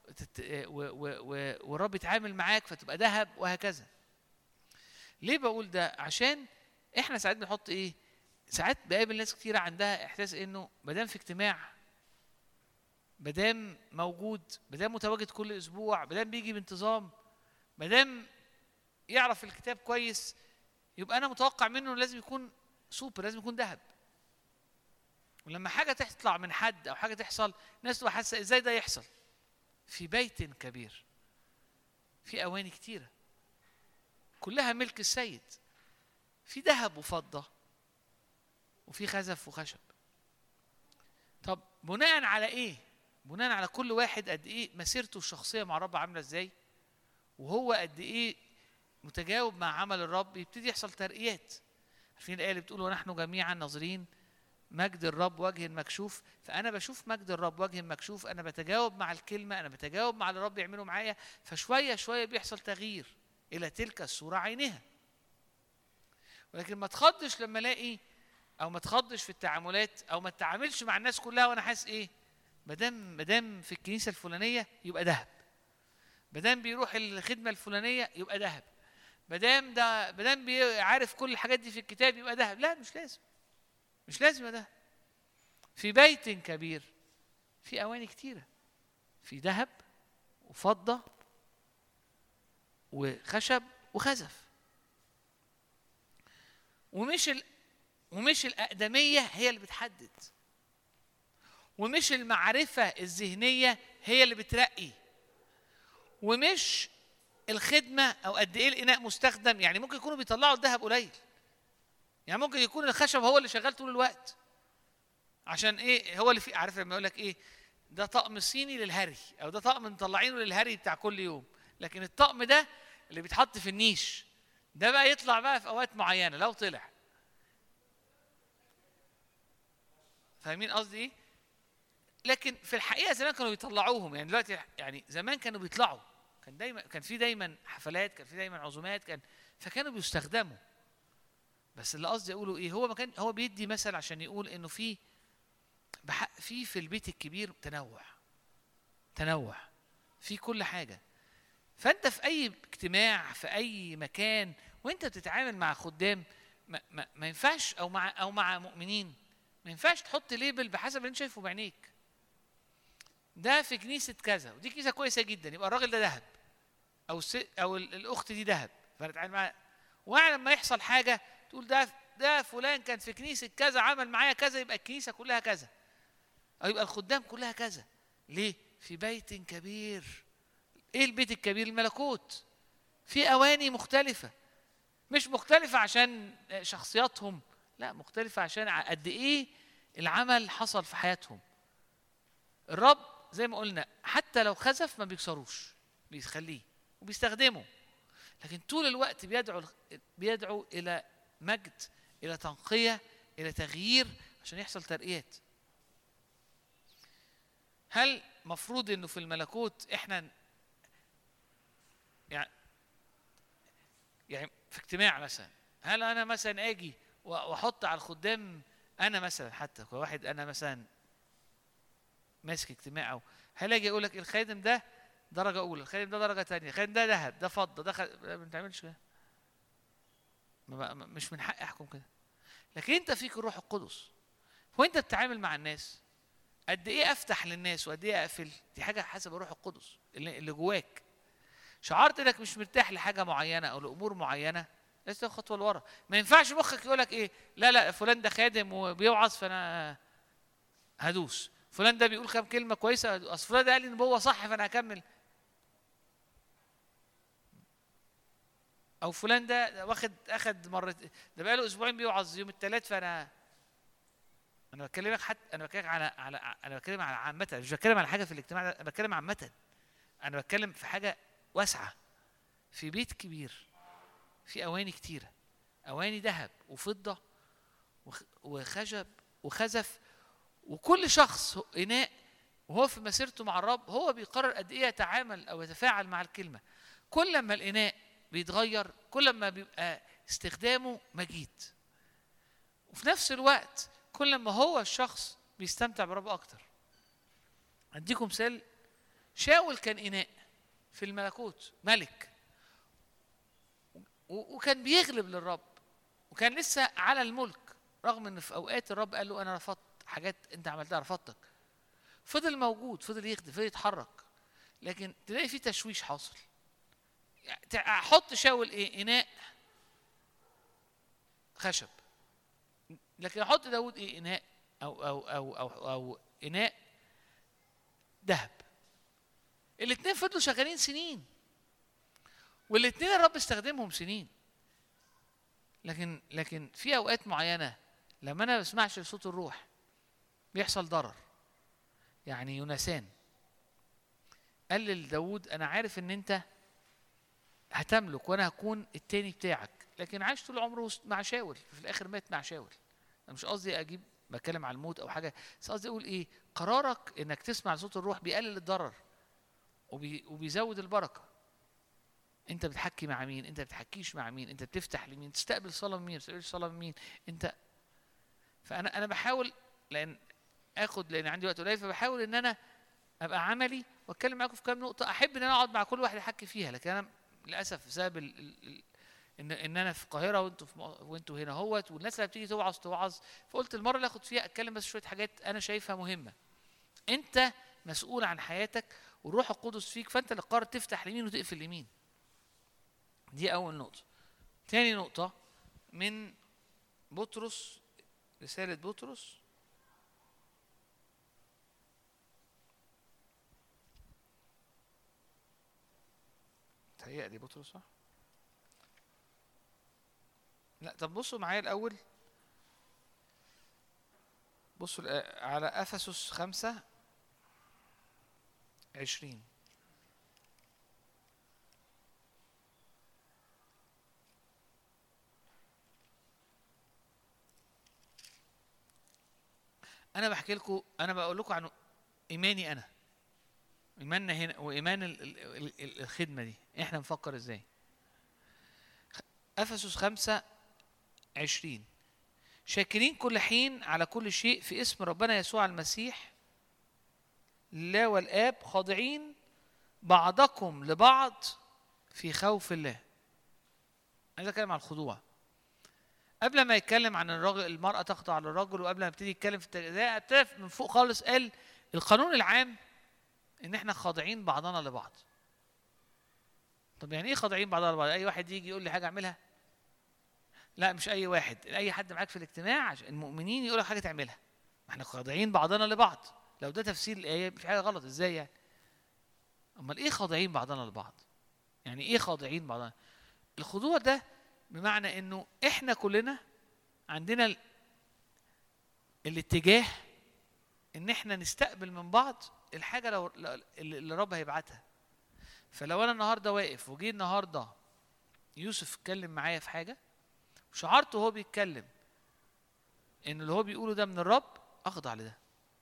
والرب يتعامل معاك فتبقى ذهب، وهكذا. ليه بقول ده؟ عشان احنا ساعات بنحط ايه؟ ساعات بقابل ناس كتيرة عندها احساس انه مادام في اجتماع، مادام موجود، مادام متواجد كل اسبوع، مادام بيجي بانتظام، مادام يعرف الكتاب كويس، يبقى انا متوقع منه لازم يكون سوبر، لازم يكون ذهب. ولما حاجه تطلع من حد او حاجه تحصل، الناس تبقى حاسه ازاي ده يحصل؟ في بيت كبير في اواني كتيره كلها ملك السيد، في ذهب وفضه وفي خزف وخشب. طب بناء على ايه؟ بناء على كل واحد قد ايه مسيرته الشخصيه مع الرب عامله ازاي، وهو قد ايه متجاوب مع عمل الرب، يبتدي يحصل ترقيات. عارفين الايه اللي بتقول ونحن جميعا ناظرين مجد الرب وجه مكشوف؟ فانا بشوف مجد الرب وجه مكشوف، انا بتجاوب مع الكلمه، انا بتجاوب مع اللي الرب يعمله معايا، فشويه شويه بيحصل تغيير الى تلك الصوره عينها. ولكن ما تخضش لما الاقي، او ما تخضش في التعاملات، او ما تتعاملش مع الناس كلها وانا حاسس ايه؟ مادام في الكنيسه الفلانيه يبقى ذهب، مادام بيروح الخدمه الفلانيه يبقى ذهب، مادام عارف كل الحاجات دي في الكتاب يبقى ذهب. لا، مش لازم ده. في بيت كبير في اواني كتيره، في ذهب وفضه وخشب وخزف. ومش الأقدمية هي اللي بتحدد، ومش المعرفة الذهنية هي اللي بترقي، ومش الخدمة أو قد إيه الإناء مستخدم. يعني ممكن يكونوا بيطلعوا الذهب قليل، يعني ممكن يكون الخشب هو اللي شغال طول الوقت، عشان إيه؟ هو اللي فيه. عارف لما يقول لك إيه؟ ده طقم صيني للهري، أو ده طقم مطلعينه للهري بتاع كل يوم، لكن الطقم ده اللي بيتحط في النيش ده بقى يطلع بقى في أوقات معينة لو طلع. فاهمين قصدي ايه؟ لكن في الحقيقه زمان كانوا بيطلعوهم، يعني دلوقتي يعني زمان كانوا بيطلعوا، كان في دايما حفلات، كان في دايما عزومات، فكانوا بيستخدموا. بس اللي قصدي اقوله ايه؟ هو بيدي مثل عشان يقول انه في البيت الكبير تنوع في كل حاجه. فانت في اي اجتماع، في اي مكان، وانت بتتعامل مع خدام، ما ينفعش، او مع مؤمنين، ما ينفعش تحط ليبل بحسب اللي انت شايفه بعينيك. ده في كنيسه كذا، ودي كنيسه كويسه جدا، يبقى الراجل ده ذهب، او الاخت دي ذهب، فنتعامل معاه. ولما يحصل حاجه تقول ده فلان كان في كنيسه كذا عمل معايا كذا، يبقى الكنيسه كلها كذا، او يبقى الخدام كلها كذا. ليه؟ في بيت كبير. ايه البيت الكبير؟ الملكوت. في اواني مختلفه، مش مختلفه عشان شخصياتهم، لا، مختلفة عشان قد إيه العمل حصل في حياتهم. الرب زي ما قلنا حتى لو خزف ما بيكسروش، بيخليه وبيستخدمه، لكن طول الوقت بيدعو إلى مجد، إلى تنقية، إلى تغيير، عشان يحصل ترقيات. هل مفروض إنه في الملكوت إحنا يعني في اجتماع مثلا، هل أنا مثلا أجي واحط على الخدام، انا مثلا حتى واحد، انا مثلا ماسك اجتماع، او هل اجي اقول لك الخادم ده درجه اولى، الخادم ده درجه ثانيه، الخادم ده ذهب، ده فضه، ده ما بنعملش كده، مش من حقي احكم كده. لكن انت فيك الروح القدس، وانت بتتعامل مع الناس قد ايه افتح للناس وقد ايه اقفل، دي حاجه حسب الروح القدس اللي جواك. شعرت انك مش مرتاح لحاجه معينه او لامور معينه، لازم تاخد خطوه لورا. ما ينفعش مخك يقول لك ايه؟ لا فلان ده خادم وبيوعظ فانا هدوس، فلان ده بيقول كام كلمه كويسه، اصل فلان ده قال لي ان هو صح فانا هكمل. او فلان ده اخد مرة، ده بقاله اسبوعين بيوعظ يوم الثلاث. فانا بكلمك، حتى انا بكلمك انا بتكلم على عامة، مش بتكلم على حاجة في الاجتماع ده، انا بتكلم عامة. انا بتكلم في حاجة واسعة، في بيت كبير، في اواني كتيرة، اواني ذهب وفضة وخشب وخزف، وكل شخص اناء وهو في مسيرته مع الرب هو بيقرر قد ايه يتعامل او يتفاعل مع الكلمة. كل ما الاناء بيتغير كل ما بيبقى استخدامه مجيد، وفي نفس الوقت كل ما هو الشخص بيستمتع بالرب اكتر. اديكم مثال. شاول كان اناء في الملكوت، ملك، وكان بيغلب للرب، وكان لسه على الملك، رغم ان في اوقات الرب قال له انا رفضت حاجات انت عملتها، رفضتك. فضل موجود، فضل يخدم، فضل يتحرك، لكن تلاقي في تشويش حاصل. احط شاول ايه؟ اناء خشب. لكن احط داود ايه؟ اناء او اناء ذهب. الاثنين فضلوا شغالين سنين، والاثنين الرب استخدمهم سنين. لكن في اوقات معينه لما انا ما بسمعش لصوت الروح بيحصل ضرر. يعني يونسان قال لداود انا عارف ان انت هتملك وانا هكون التاني بتاعك، لكن عاش طول عمره مع شاول، في الاخر مات مع شاول. انا مش قصدي بتكلم على الموت او حاجه، بس قصدي اقول ايه؟ قرارك انك تسمع صوت الروح بيقلل الضرر وبيزود البركه. انت بتحكي مع مين؟ انت بتحكيش مع مين؟ انت بتفتح لمين؟ تستقبل صلاه من مين؟ تستقبل صلاه من مين؟ انت. فانا بحاول، لان عندي وقت قليل، فبحاول ان انا ابقى عملي واتكلم معاكم في كام نقطه. احب ان انا اقعد مع كل واحد احكي فيها، لكن انا للاسف بسبب ان انا في القاهره وانتوا هنا اهوت، والناس اللي بتيجي توعظ، فقلت المره اللي اخد فيها اتكلم بس شويه حاجات انا شايفها مهمه. انت مسؤول عن حياتك والروح القدس فيك، فانت اللي قرر تفتح اليمين وتقفل اليمين. دي اول نقطه. تاني نقطه من بطرس، رساله بطرس تهيألي بطرس صح؟ لا، طب بصوا معايا الأول، بصوا على أفسس 5:20. أنا بحكي لكم، أنا بقول لكم عن إيماني أنا، إيماننا هنا وإيمان الخدمة دي، إحنا نفكر إزاي. أفسس 5:20 شاكرين كل حين على كل شيء في اسم ربنا يسوع المسيح الله والآب، خاضعين بعضكم لبعض في خوف الله. عايز أتكلم عن الخضوع قبل ما يتكلم عن الراجل المرأة تخضع للرجل، وقبل ما يبتدي يتكلم في التجزئة ابتدى من فوق خالص، قال القانون العام إن إحنا خاضعين بعضنا لبعض. طب يعني إيه خاضعين بعضنا لبعض؟ أي واحد يجي يقول لي حاجة أعملها؟ لا، مش أي واحد، أي حد معاك في الاجتماع عشان المؤمنين يقول لك حاجة تعملها. احنا خاضعين بعضنا لبعض. لو ده تفسير الآية في حاجة غلط، إزاي يعني؟ أمال إيه خاضعين بعضنا لبعض؟ يعني إيه خاضعين بعضنا؟ الخضوع ده بمعنى إنه إحنا كلنا عندنا الاتجاه إن إحنا نستقبل من بعض الحاجة اللي الرب هيبعتها. فلو أنا النهاردة واقف وجي النهاردة يوسف اتكلم معايا في حاجة وشعرته وهو بيتكلم إن اللي هو بيقوله ده من الرب، أخضع لده.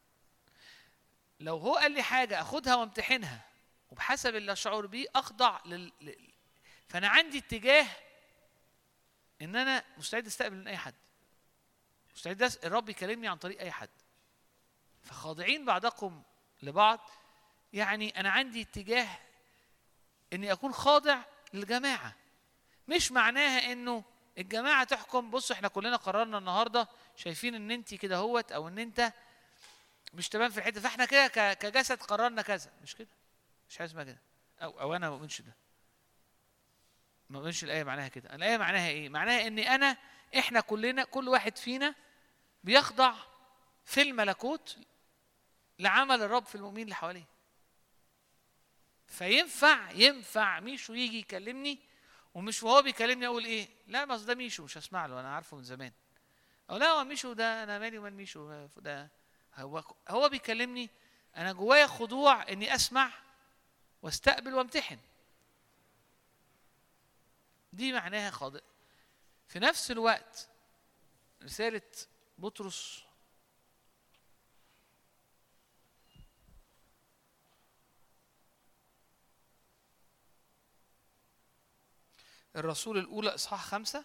لو هو قال لي حاجة أخدها وامتحنها وبحسب اللي أشعر بيه أخضع فأنا عندي اتجاه إن أنا مستعد أستقبل من أي حد، مستعد الرب يكلمني عن طريق أي حد. فخاضعين بعضكم لبعض يعني أنا عندي اتجاه إني أكون خاضع للجماعة. مش معناها إنه الجماعة تحكم، بصوا إحنا كلنا قررنا النهاردة شايفين إن أنت كده هوت أو إن أنت مش تمام في الحتة، فإحنا كده كجسد قررنا كذا. مش كده، مش حاجة اسمها كده، أو أنا ما بقولش ده، ما بقولش الآية معناها كده. الآية معناها إيه؟ معناها إن إحنا كلنا، كل واحد فينا بيخضع في الملكوت لعمل الرب في المؤمنين اللي حواليه. فينفع ميشو يجي يكلمني ومش وهو بيكلمني اقول ايه لا ما ده ميشو مش هسمع له انا عارفه من زمان، او لا هو ميشو ده انا مالي ومال ميشو ده. هو بيكلمني انا جوايا خضوع اني اسمع واستقبل وامتحن. دي معناها خاضع. في نفس الوقت رسالة بطرس الرسول الأولى إصحاح 5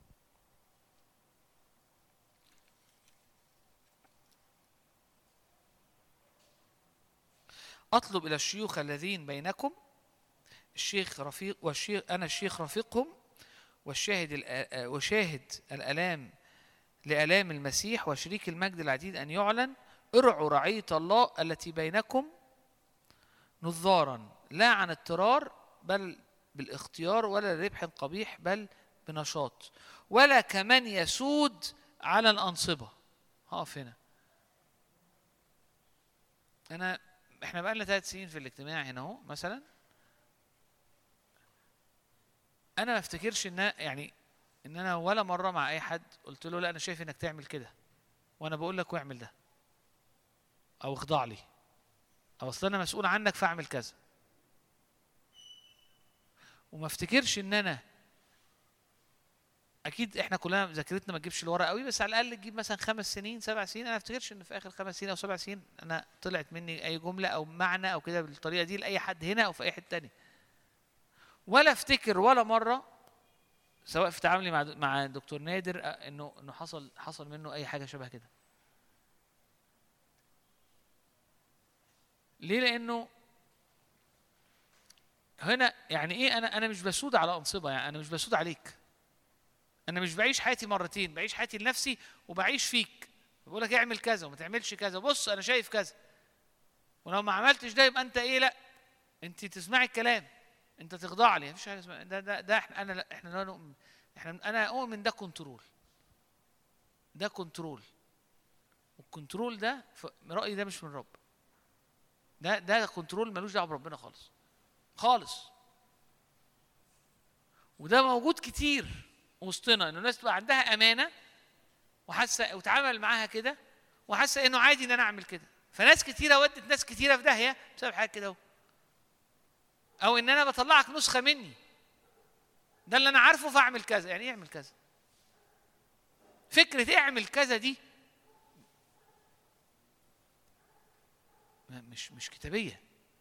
أطلب إلى الشيوخ الذين بينكم الشيخ رفيق والشيخ أنا الشيخ رفيقهم وشاهد الآلام لآلام المسيح وشريك المجد العديد أن يعلن ارعوا رعية الله التي بينكم نظارا لا عن اضطرار بل بالاختيار ولا لربح قبيح بل بنشاط ولا كمن يسود على الأنصبة. هقف هنا. احنا بقى لنا 3 سنين في الاجتماع هنا اهو مثلا. انا ما افتكرش ان انا ولا مره مع اي حد قلت له لا انا شايف انك تعمل كده وانا بقول لك واعمل ده، او اخضع لي، او اصل انا مسؤول عنك فاعمل كذا. وما افتكرش ان انا اكيد احنا كلنا ذاكرتنا ما تجيبش لورا قوي، بس على الاقل تجيب مثلا 5 سنين 7 سنين. انا ما افتكرش ان في اخر 5 سنين او 7 سنين انا طلعت مني اي جمله او معنى او كده بالطريقه دي لاي حد هنا او في اي حته ثانيه. ولا افتكر ولا مره سواء في تعاملي مع دكتور نادر انه حصل منه اي حاجه شبه كده. ليه؟ لانه هنا يعني ايه انا مش بسود على انصبه، يعني انا مش بسود عليك. انا مش بعيش حياتي مرتين، بعيش حياتي لنفسي وبعيش فيك. بقول لك اعمل كذا وما تعملش كذا، بص انا شايف كذا ولو ما عملتش ده يبقى انت ايه، لا انت تسمعي الكلام، انت تخضع لي. مفيش حاجه اسمها ده احنا لا نؤمن. انا اؤمن ده كنترول. ده كنترول، والكنترول ده رايي ده مش من رب. ده كنترول ملوش دعوه بربنا خالص خالص. وده موجود كتير وسطنا، انه الناس تبقى عندها امانه وحاسه وتعامل معاها كده وحاسه انه عادي ان انا اعمل كده. فناس كتيره ودت ناس كتيره في داهيه بسبب حاجه كده اهو. او ان انا بطلعك نسخه مني، ده اللي انا عارفه فاعمل كذا. يعني ايه اعمل كذا؟ فكره اعمل كذا دي مش كتابيه.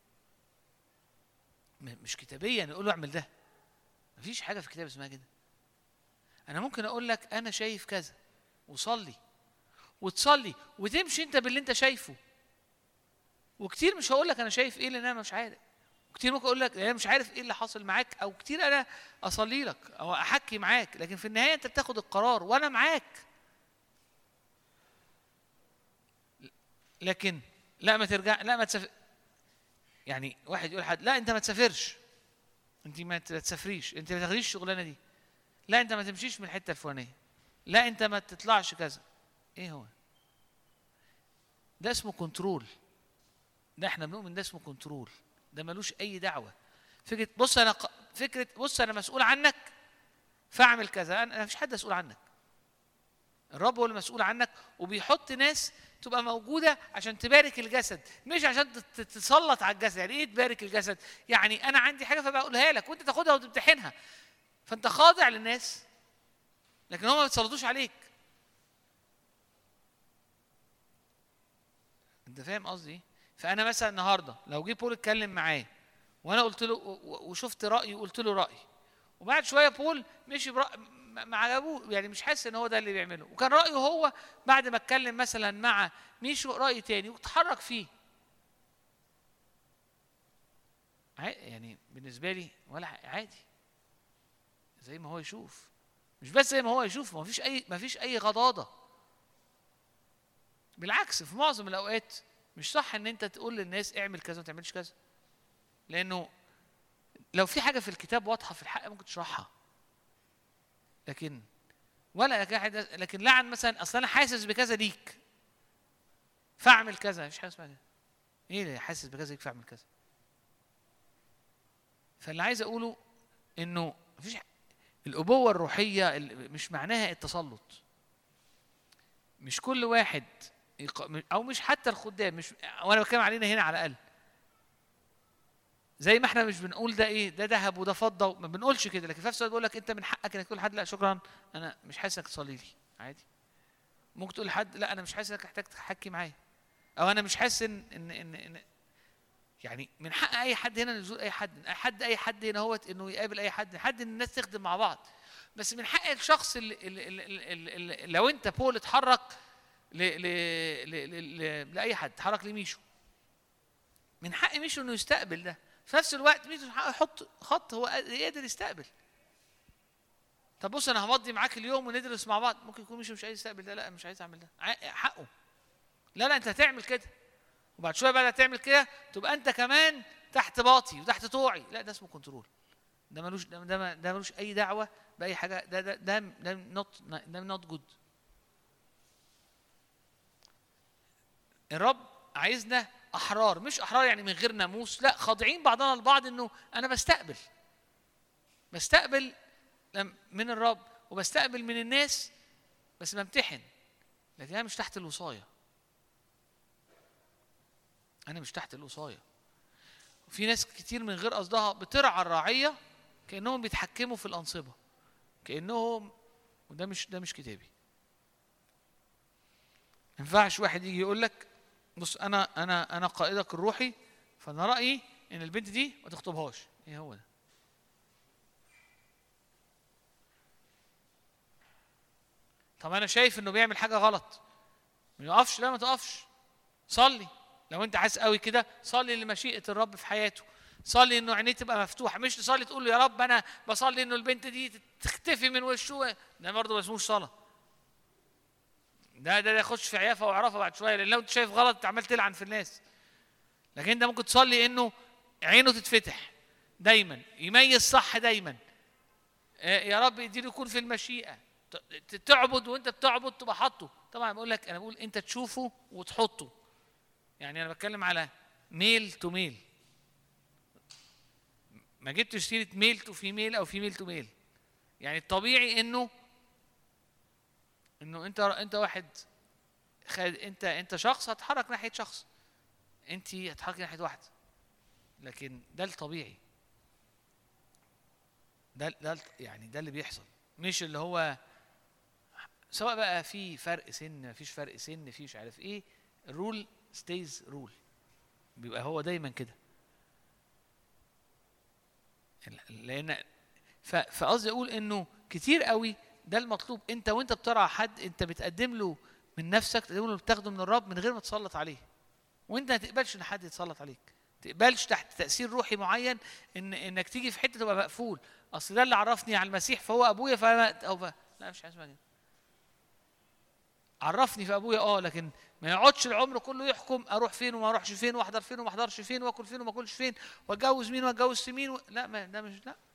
مش كتابيه نقول له اعمل ده. مفيش حاجه في الكتاب اسمها كده. انا ممكن اقول لك انا شايف كذا وصلي وتصلي وتمشي انت باللي انت شايفه. وكتير مش هقول لك انا شايف ايه لان انا مش عارف. كتير ممكن اقول لك انا مش عارف ايه اللي حاصل معاك، او كتير انا اصلي لك او احكي معاك، لكن في النهايه انت بتاخد القرار وانا معاك. لكن لا ما ترجع، لا ما تسافر. يعني واحد يقول حد لا انت ما تسافرش، انت ما تسافريش، انت ما تاخديش الشغلانه دي، لا انت ما تمشيش من الحته الفلانيه، لا انت ما تطلعش كذا. ايه هو ده؟ اسمه كنترول. ده احنا بنؤمن ده اسمه كنترول. ده ملوش اي دعوه. فكره بص انا مسؤول عنك فاعمل كذا. انا مفيش حد مسؤول عنك. الرب هو المسؤول عنك، وبيحط ناس تبقى موجوده عشان تبارك الجسد، مش عشان تتسلط على الجسد. يعني ايه تبارك الجسد؟ يعني انا عندي حاجه فبقولها لك وانت تاخدها وتمتحنها، فانت خاضع للناس لكن هم ما بيتسلطوش عليك. انت فاهم قصدي؟ فانا مثلا النهارده لو جه بول اتكلم معايا وانا قلت له وشفت رايه وقلت له رايي، وبعد شويه بول مشي ما عجبوه، يعني مش حاسس ان هو ده اللي بيعمله، وكان رايه هو بعد ما اتكلم مثلا مع ميشو راي تاني وتحرك فيه، يعني بالنسبه لي ولا عادي زي ما هو يشوف. مش بس زي ما هو يشوف، ما فيش اي غضاضه. بالعكس في معظم الاوقات مش صح ان انت تقول للناس اعمل كذا وما تعملش كذا، لانه لو في حاجه في الكتاب واضحه في الحق ممكن تشرحها. لكن لعن مثلا اصل انا حاسس بكذا ليك فاعمل كذا. مفيش حاجه اسمها كده. ايه اللي حاسس بكذا ليك فاعمل كذا؟ فاللي عايز اقوله انه الأبوة الروحية مش معناها التسلط. مش كل واحد أو مش حتى الخدام، مش وأنا بتكلم علينا هنا على الأقل، زي ما احنا مش بنقول ده ايه، ده ذهب وده فضة، ما بنقولش كده، لكن في نفس الوقت بقول لك انت من حقك انك تقول لحد لا شكرا انا مش حاسس انك تصلي لي، عادي. ممكن تقول لحد لا انا مش حاسس انك محتاج تحكي معايا، او انا مش حاسس ان يعني من حق اي حد هنا نزور اي حد هنا هو انه يقابل اي حد ان الناس تخدم مع بعض. بس من حق الشخص اللي لو انت بول اتحرك لاي حد، اتحرك لميشو، من حق ميشو انه يستقبل ده. في نفس الوقت ميشو يحط خط هو يقدر يستقبل. طب بص انا همضي معاك اليوم وندرس مع بعض، ممكن يكون ميشو مش عايز يستقبل ده، لا مش عايز اعمل ده، حقه. لا انت هتعمل كده، وبعد شويه بعد تعمل كده تبقى انت كمان تحت باطي وتحت طوعي. لا ده اسمه كنترول، ده ملوش اي دعوه باي حاجه، ده نوت جود. الرب عايزنا احرار، مش احرار يعني من غير ناموس، لا خاضعين بعضنا البعض، انه انا بستقبل من الرب وبستقبل من الناس، بس بمتحن، لكن انا مش تحت الوصايه. في ناس كتير من غير قصدها بترعى الرعيه كانهم بيتحكموا في الانصبه، كانهم، وده مش كتابي. ما ينفعش واحد يجي يقول لك بص انا قائدك الروحي، فانا رايي ان البنت دي ما تخطبهاش. ايه هو ده؟ طب انا شايف انه بيعمل حاجه غلط، ما يقفش. لا ما تقفش، صلي. لو انت حاسس قوي كده صلي لمشيئه الرب في حياته، صلي انه عينيه تبقى مفتوحه، مش تصلي تقول له يا رب انا بصلي انه البنت دي تختفي من وشه. ده برضه ما اسموش صلاه، ده يخش في عيافه وعرفه بعد شويه، لان لو انت شايف غلط انت عمال تلعن في الناس. لكن انت ممكن تصلي انه عينه تتفتح دايما، يميز صح دايما. يا رب اديله يكون في المشيئه، تعبد وانت بتعبد تبقى حاطه. طبعا انا بقول انت تشوفه وتحطه، يعني انا بتكلم على ميل تو ميل، ما جبتش سيره ميل تو فيميل او فيميل تو ميل. يعني الطبيعي انه انت واحد انت شخص هتحرك ناحيه شخص، انت هتحرك ناحيه واحد، لكن ده الطبيعي، ده يعني ده اللي بيحصل، مش اللي هو سواء بقى في فرق سن ما فيش فرق سن في مش عارف ايه، الرول ستيز رول، بيبقى هو دايما كده. لان فقصدي اقول انه كتير قوي ده المطلوب. انت وانت بترعى حد انت بتقدم له من نفسك، تقدم له بتاخده من الرب من غير ما تسلط عليه، وانت ما تقبلش ان حد يتسلط عليك، ما تقبلش تحت تاثير روحي معين انك تيجي في حته تبقى مقفول. اصل ده اللي عرفني على المسيح فهو ابويا لا مش عايز كده. عرفني في ابويا لكن ما يقعدش العمر كله يحكم اروح فين وما اروحش فين واحضر فين وما احضرش فين واكل فين وما اكلش فين واتجوز مين واتجوز مين لا ده مش، لا.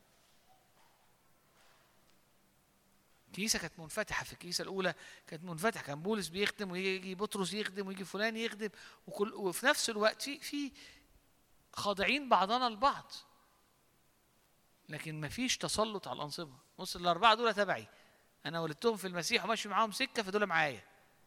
الكنيسه كانت منفتحه، في الكنيسه الاولى كانت منفتحه، كان بولس بيخدم ويجي بطرس يخدم ويجي فلان يخدم، وفي نفس الوقت في خاضعين بعضنا البعض، لكن ما فيش تسلط على الانصبه. بص الاربعه دول تبعي، انا ولدتهم في المسيح وماشي معاهم سكه، فدول معايا.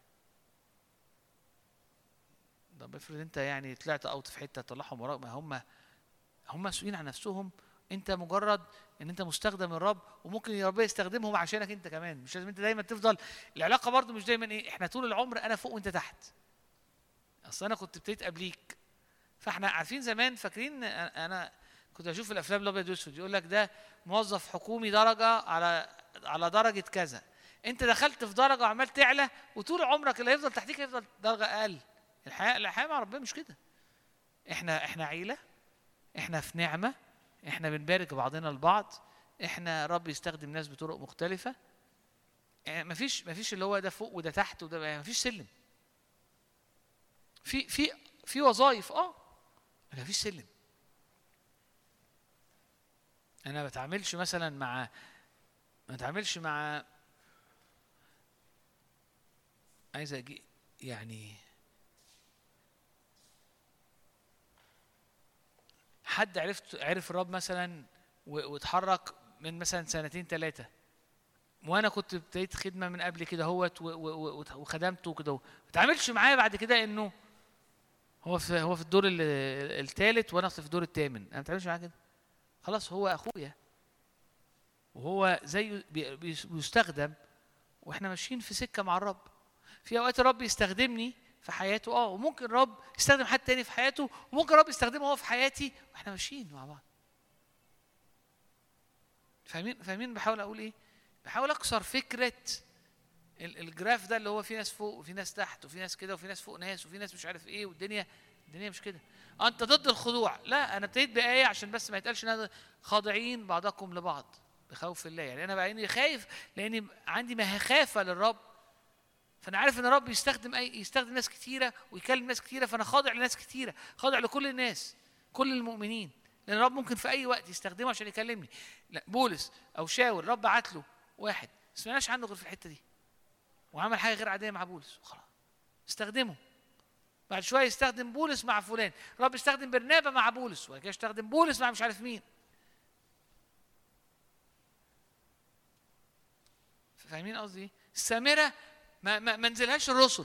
طب افرض انت يعني طلعت اوت في حته تطلعهم وراك، ما هم مسؤولين عن نفسهم، انت مجرد ان انت مستخدم الرب، وممكن ربنا يستخدمهم عشانك انت كمان. مش لازم انت دايما تفضل، العلاقه برضو مش دايما ايه احنا طول العمر انا فوق وانت تحت. اصل انا كنت ابتديت قبليك، فاحنا عارفين زمان، فاكرين انا كنت اشوف الافلام الابيض والاسود يقول لك ده موظف حكومي درجه على درجه كذا، انت دخلت في درجه وعمال تعلى، وطول عمرك اللي هيفضل تحتيك هيفضل درجه اقل. الحياه مع ربنا مش كده. احنا عيله، احنا في نعمه، احنا بنبارك بعضنا البعض، احنا رب يستخدم ناس بطرق مختلفه. يعني مفيش اللي هو ده فوق وده تحت وده، يعني مفيش سلم. في وظائف لكن مفيش سلم. انا ما بتعاملش مثلا مع عايز اجي يعني حد عرف الرب مثلا واتحرك من مثلا 2 3 وانا كنت ابتديت خدمه من قبل كده هوت وخدمته كده، ما اتعاملش معايا بعد كده انه هو في الدور الثالث وانا في الدور الثامن، انا ما اتعاملش معاه كده. خلاص هو اخويا وهو زيه بيستخدم، واحنا ماشيين في سكه مع الرب. في اوقات الرب يستخدمني في حياته وممكن الرب يستخدم حد تاني في حياته، وممكن الرب يستخدمه هو في حياتي، واحنا ماشيين مع بعض. فاهمين بحاول اقول ايه؟ بحاول اكسر فكره الجراف ده اللي هو في ناس فوق وفي ناس تحت وفي ناس كده وفي ناس فوق ناس وفي ناس مش عارف ايه، والدنيا مش كده. انت ضد الخضوع. لا، انا ابتديت بايه عشان بس ما يتقالش ان خاضعين بعضكم لبعض بخوف الله. يعني انا بقى خايف لاني عندي مخافه للرب، فانا عارف ان الرب يستخدم ناس كتيره ويكلم ناس كتيره، فانا خاضع لناس كتيره، خاضع لكل الناس، كل المؤمنين، لان الرب ممكن في اي وقت يستخدمه عشان يكلمني. لا، بولس او شاول الرب بعت له واحد ما سمعناش عنه غير في الحته دي، وعمل حاجه غير عاديه مع بولس وخلاص استخدمه. بعد شويه يستخدم بولس مع فلان، الرب يستخدم برنابا مع بولس، وبعد كده يستخدم بولس مع مش عارف مين. فاهمين قصدي؟ السامره ما نزلهاش الرسل.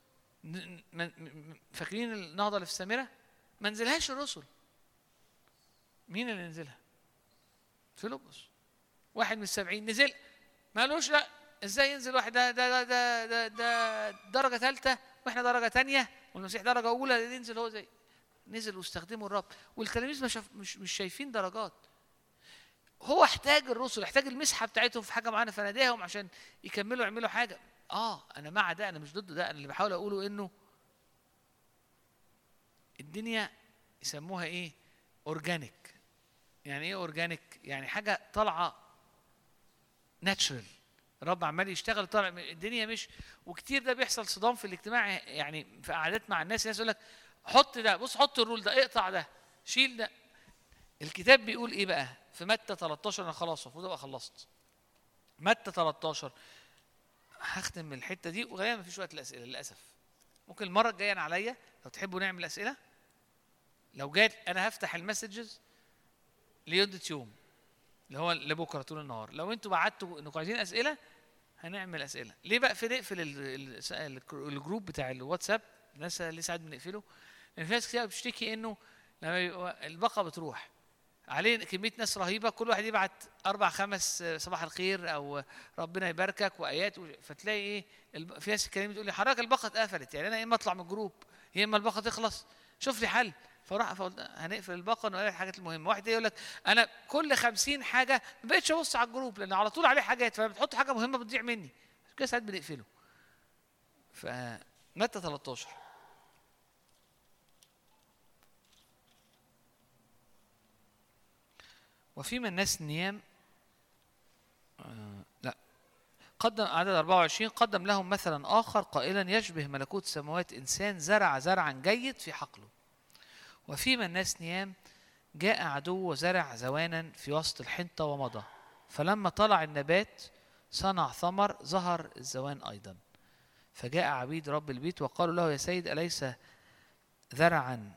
فاكرين النهضه اللي في السامره؟ ما نزلهاش الرسل. مين اللي نزلها؟ فيلبس، واحد من 70 نزل. ما قالوش لا، ازاي ينزل واحد ده درجه ثالثه واحنا درجه ثانيه والمسيح درجه اولى، ينزل هو زي نزل واستخدمه الرب. والتلاميذ مش شايفين درجات. هو احتاج الرسل، احتاج المسحه بتاعتهم في حاجه معينه فناداهم عشان يكملوا يعملوا حاجه. انا مع ده، انا مش ضد ده. انا اللي بحاول اقوله انه الدنيا يسموها ايه؟ اورجانيك. يعني ايه اورجانيك؟ يعني حاجه طالعه ناتشرال، الرب عمال يشتغل طالع الدنيا مش. وكتير ده بيحصل صدام في الاجتماع، يعني في قعدات مع الناس يقول لك حط ده، بص حط الرول ده، اقطع ده، شيل ده. الكتاب بيقول ايه بقى في متى 13؟ انا خلاص المفروض ابقى خلصت. متى 13 هختم من الحته دي، وغالبا مفيش وقت للاسئله للاسف. ممكن المره الجايه انا عليا لو تحبوا نعمل اسئله، لو جات انا هفتح المسجز لمده يوم اللي هو لبكره طول النهار. لو انتوا بعتوا انكم عايزين اسئله هنعمل اسئله. ليه بقى نقفل الجروب بتاع الواتساب؟ الناس اللي ساعات بنقفله لان في ناس كتير بتشتكي انه لما الباقه بتروح عليه كميه ناس رهيبه، كل واحد يبعت 4 5 صباح الخير او ربنا يباركك وايات، فتلاقي ايه في ناس كلمه تقول لي حضرتك الباقه اتقفلت. يعني انا يا اما اطلع من الجروب يا اما الباقه تخلص، شوف لي حل. فقلت هنقفل الباقه ونقول الحاجات المهمه. واحد يقول لك انا كل 50 حاجه ما بقتش ابص على الجروب لان على طول عليه حاجات، فلما بتحط حاجه مهمه بتضيع مني، كده ساعات بنقفله. فمتى 13 وفيما الناس نيام لا قدم عدد 24 قدم لهم مثلا آخر قائلا يشبه ملكوت السماوات إنسان زرع زرعا جيد في حقله، وفيما الناس نيام جاء عدو وزرع زوانا في وسط الحنطة ومضى، فلما طلع النبات صنع ثمر ظهر الزوان أيضا، فجاء عبيد رب البيت وقالوا له يا سيد أليس زرعا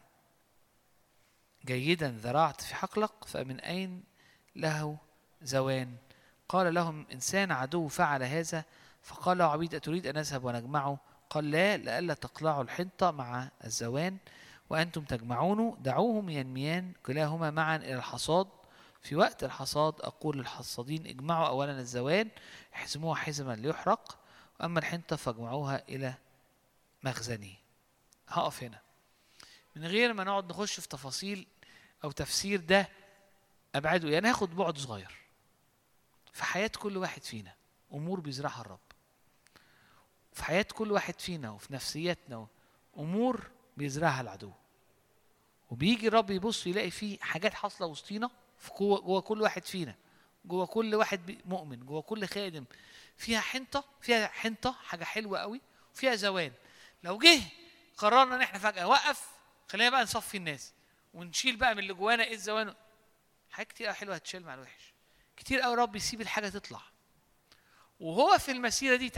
جيدا زرعت في حقلك فمن أين له زوان؟ قال لهم إنسان عدو فعل هذا. فقال له عبيد أتريد أن نذهب ونجمعه؟ قال لا، لئلا تقلعوا الحنطة مع الزوان وأنتم تجمعونه، دعوهم ينميان كلاهما معا إلى الحصاد، في وقت الحصاد أقول للحصادين اجمعوا أولا الزوان احزموها حزما ليحرق، وأما الحنطة فاجمعوها إلى مخزني. هقف هنا من غير ما نقعد نخش في تفاصيل أو تفسير ده أبعده. يعني هاخد بعد صغير في حياة كل واحد فينا، أمور بيزرعها الرب في حياة كل واحد فينا وفي نفسيتنا، أمور بيزرعها العدو، وبيجي الرب يبص يلاقي فيه حاجات حاصلة وسطينا في جوه كل واحد فينا، جوه كل واحد مؤمن، جوه كل خادم فيها حنطة حاجة حلوة قوي وفيها زوان. لو جه قررنا ان احنا فجأة وقف خلينا بقى نصفي الناس ونشيل بقى من اللي جوانا ايه الزوان، حاجات كتير حلوة هتشيل مع الوحش. كتير قوي رب يسيب الحاجة تطلع وهو في المسيرة دي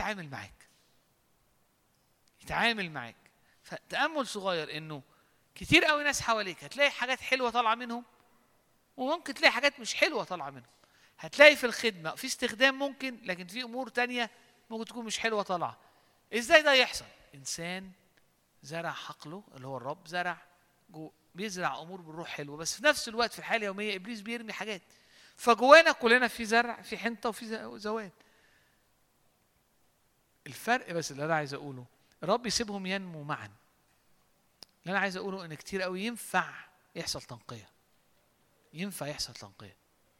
يتعامل معاك. فتأمل صغير انه كتير قوي ناس حواليك هتلاقي حاجات حلوة طالعة منهم وممكن تلاقي حاجات مش حلوة طالعة منهم. هتلاقي في الخدمة في استخدام ممكن، لكن في أمور تانية ممكن تكون مش حلوة طالعة. إزاي ده يحصل؟ إنسان زرع حقله اللي هو الرب، زرع بيزرع أمور بالروح حلوة، بس في نفس الوقت في الحياة اليومية إبليس بيرمي حاجات. فجوانا كلنا في زرع، في حنطة وفي زوال. الفرق بس اللي أنا عايز أقوله، الرب يسيبهم ينمو معا. اللي أنا عايز أقوله إن كتير قوي ينفع يحصل تنقية، ينفع يحصل تنقية،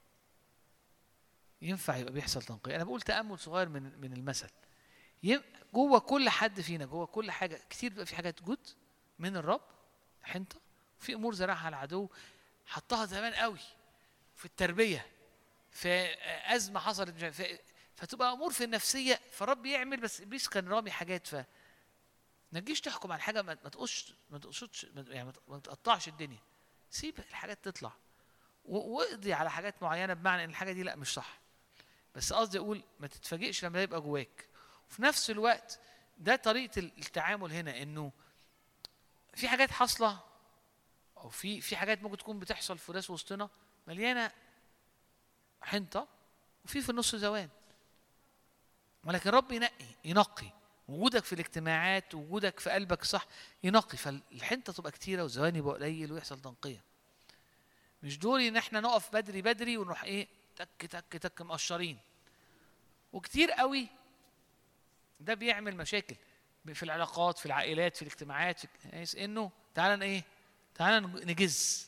ينفع يبقى بيحصل تنقية. أنا بقول تأمل صغير من المثل. جوه كل حد فينا، جوه كل حاجة كتير بيبقى في حاجات جود من الرب، حنطة، في أمور زرعها العدو حطها زمان قوي في التربية، في أزمة حصلت، فتبقى أمور في النفسية، فالرب يعمل، بس إبليس كان رامي حاجات. ما تجيش تحكم على حاجة، ما تقصدش يعني، ما تقطعش الدنيا، سيب الحاجات تطلع واقضي على حاجات معينة، بمعنى إن الحاجة دي لا مش صح. بس قصدي أقول ما تتفاجئش لما يبقى جواك. وفي نفس الوقت ده طريقة التعامل هنا، إنه في حاجات حاصلة أو في حاجات ممكن تكون بتحصل في ناس وسطنا مليانة حنطة، وفي النص زوان، ولكن رب ينقي وجودك في الاجتماعات، وجودك في قلبك صح ينقي، فالحنطة تبقى كتيرة والزوان يبقى قليل ويحصل تنقية. مش دوري ان احنا نقف بدري ونروح ايه تك مقشرين. وكتير قوي ده بيعمل مشاكل في العلاقات، في العائلات، في الاجتماعات، انه تعالى نجز،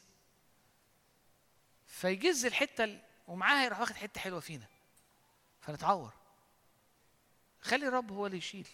فيجز الحته ومعاها يروح واخد حته حلوه فينا فنتعور. خلي الرب هو اللي يشيل.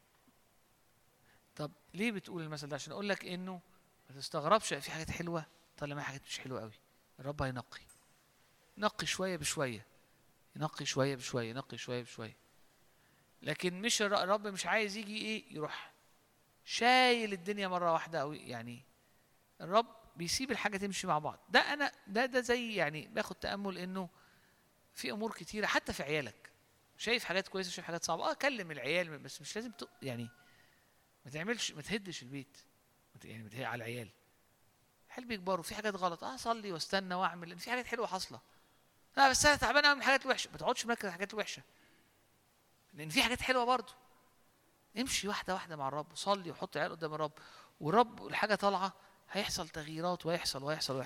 طب ليه بتقول المثل ده؟ عشان اقول لك انه ما تستغربش في حاجات حلوه طالما حاجات مش حلوه قوي. الرب ينقي شويه بشويه، ينقي شويه بشويه. لكن مش الرب مش عايز يجي يروح شايل الدنيا مره واحده قوي. يعني الرب بيسيب الحاجه تمشي مع بعض. ده انا ده زي يعني باخد تامل انه في امور كتيره حتى في عيالك، شايف حاجات كويسه وشايف حاجات صعبه. كلم العيال، بس مش لازم يعني ما تهدش البيت يعني على العيال. حل بيكبروا في حاجات غلط، صلي واستنى واعمل، لان في حاجات حلوه حاصله. لا بس انا تعبان قوي من الحاجات الوحشه، ما تقعدش مركز على الحاجات الوحشه، لان في حاجات حلوه برضو. امشي واحده واحده مع الرب، وصلي وحط عيال قدام الرب، والرب الحاجه طالعه هيحصل تغييرات ويحصل.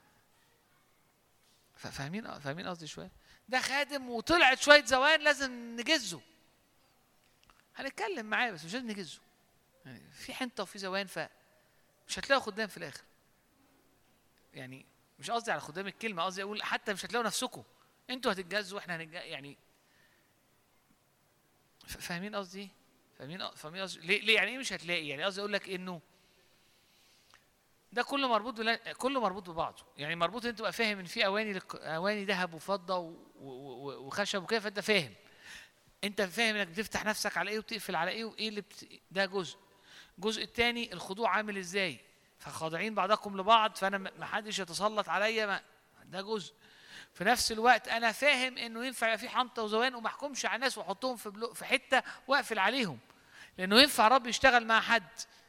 فاهمين قصدي شويه؟ ده خادم وطلعت شويه زوان لازم نجزه. هنتكلم معاه بس مش لازم نجزه. يعني في حنطه وفي زوان، فمش هتلاقوا خدام في الاخر. يعني مش قصدي على خدام الكلمه، قصدي اقول حتى مش هتلاقوا نفسكم، انتوا هتتجزوا واحنا يعني فاهمين قصدي؟ فاهمين قصدي ليه يعني ايه مش هتلاقي؟ يعني قصدي اقول لك انه ده كله مربوط ببعضه. يعني مربوط ان انت تبقى فاهم ان في اواني ذهب وفضه وخشب وكده، فانت فاهم. انت فاهم انك بتفتح نفسك على ايه وبتقفل على ايه وايه اللي ده جزء الثاني الخضوع عامل ازاي، فخاضعين بعضكم لبعض، فانا ما حدش يتسلط عليا، ده جزء. في نفس الوقت انا فاهم انه ينفع يبقى في حنطه وزوان، وما احكمش على الناس واحطهم في حته واقفل عليهم، لانه ينفع رب يشتغل مع حد.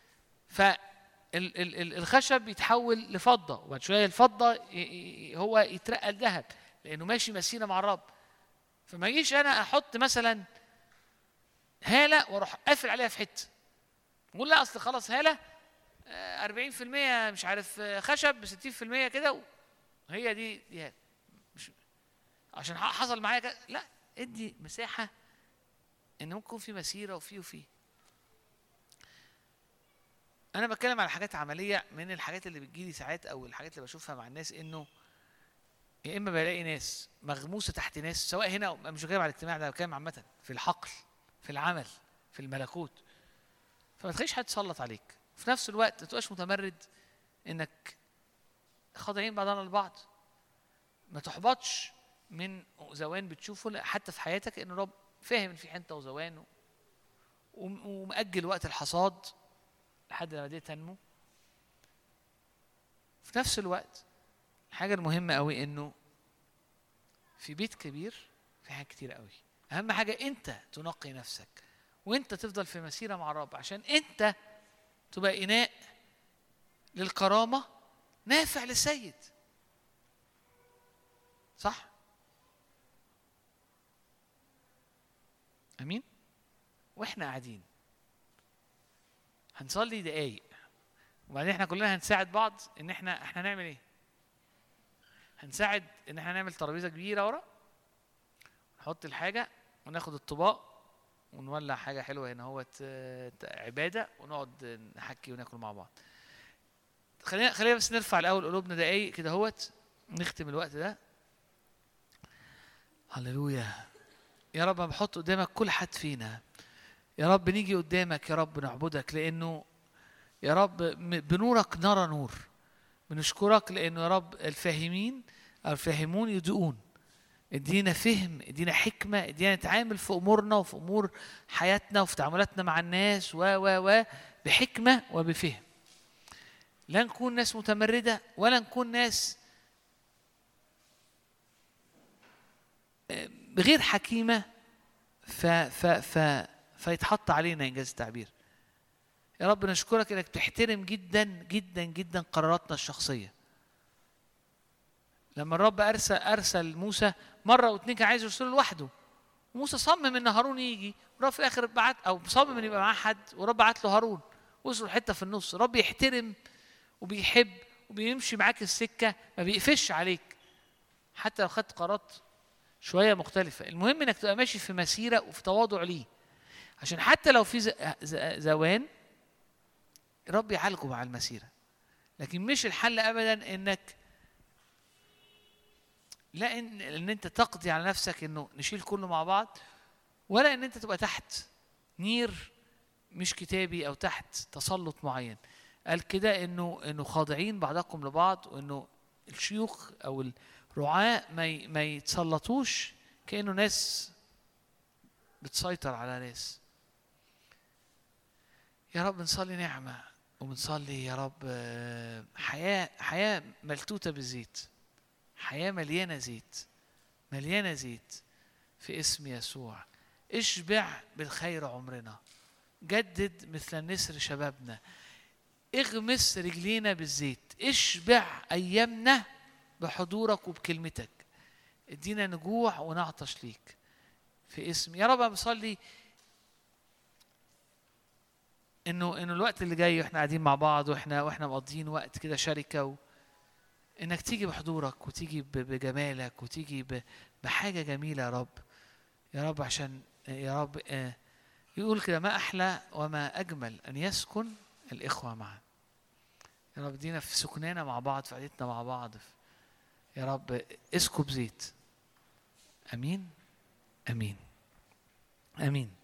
فالخشب يتحول لفضه، وبعد شويه الفضه هو يترقى لذهب، لانه ماشي مسيره مع الرب. فما يجيش انا احط مثلا هاله واروح قافل عليها في حته، نقول لا اصل خلاص هاله 40% مش عارف خشب، 60% كده، هي دي مش عشان حصل معايا كده. لا، ادي مساحه ان ممكن يكون في مسيره وفي انا بتكلم على حاجات عمليه من الحاجات اللي بتجيلي ساعات، او الحاجات اللي بشوفها مع الناس، انه يا اما بلاقي ناس مغموسه تحت ناس، سواء هنا مش بتكلم على الاجتماع ده، بتكلم عامه في الحقل، في العمل، في الملكوت. فما تخليش حد يتسلط عليك، وفي نفس الوقت ما تبقاش متمرد، انك خاضعين بعضنا البعض. ما تحبطش من زوان بتشوفه حتى في حياتك، ان الرب فاهم ان في حنطه وزوان، ومأجل وقت الحصاد لحد ما بدأت تنمو. في نفس الوقت الحاجه المهمه قوي انه في بيت كبير في حاجات كتير قوي. اهم حاجه انت تنقي نفسك، وانت تفضل في مسيره مع الرب، عشان انت تبقى اناء للكرامه نافع للسيد. صح؟ امين. واحنا قاعدين هنصلي دقايق، وبعدين احنا كلنا هنساعد بعض ان احنا نعمل ايه؟ هنساعد ان احنا نعمل ترابيزه كبيره ورا، نحط الحاجه وناخد الطباق ونولع حاجه حلوه هنا اهوت عباده، ونقعد نحكي وناكل مع بعض. خلينا بس نرفع الاول قلوبنا دقايق كده اهوت، نختم الوقت ده. هللويا. يا رب انا بحط قدامك كل حد فينا، يا رب نيجي قدامك يا رب نعبدك، لانه يا رب بنورك نرى نور. بنشكرك لانه يا رب الفاهمون يضيئون. ادينا فهم، ادينا حكمه، ادينا نتعامل في امورنا وفي امور حياتنا وفي تعاملاتنا مع الناس و بحكمه وبفهم. لا نكون ناس متمرده ولا نكون ناس غير حكيمه فيتحط علينا انجاز التعبير. يا رب نشكرك انك تحترم جدا جدا جدا قراراتنا الشخصيه. لما الرب ارسل موسى مره واتنين كان عايز يرسله لوحده، وموسى صمم ان هارون يجي، ورب في الاخر بعت او صمم ان يبقى معاه حد، ورب بعت له هارون، وصلوا حته في النص. رب يحترم وبيحب وبيمشي معاك السكه، ما بيقفش عليك حتى لو خدت قرارات شويه مختلفه. المهم انك تبقى ماشي في مسيره وفي تواضع ليه، عشان حتى لو في زوان رب يعالجه مع المسيره. لكن مش الحل ابدا انك لا ان انت تقضي على نفسك انه نشيل كله مع بعض، ولا ان انت تبقى تحت نير مش كتابي او تحت تسلط معين. قال كده انه خاضعين بعضكم لبعض، وانه الشيوخ او الرعاة ما يتسلطوش كأنه ناس بتسيطر على ناس. يا رب نصلي نعمة، وبنصلي يا رب حياة ملتوتة بالزيت، حياة مليانة زيت، مليانة زيت في اسم يسوع. اشبع بالخير عمرنا، جدد مثل النسر شبابنا، اغمس رجلينا بالزيت، اشبع ايامنا بحضورك وبكلمتك، ادينا نجوع ونعطش ليك في اسم. يا رب بصلي انه الوقت اللي جاي واحنا قاعدين مع بعض واحنا مقضيين وقت كده شركه، انك تيجي بحضورك وتيجي بجمالك وتيجي بحاجه جميله يا رب. يا رب عشان يا رب يقول كده ما احلى وما اجمل ان يسكن الاخوه معا. يا رب دينا في سكنانا مع بعض، في قعدتنا مع بعض، يا رب اسكب زيت. امين امين امين.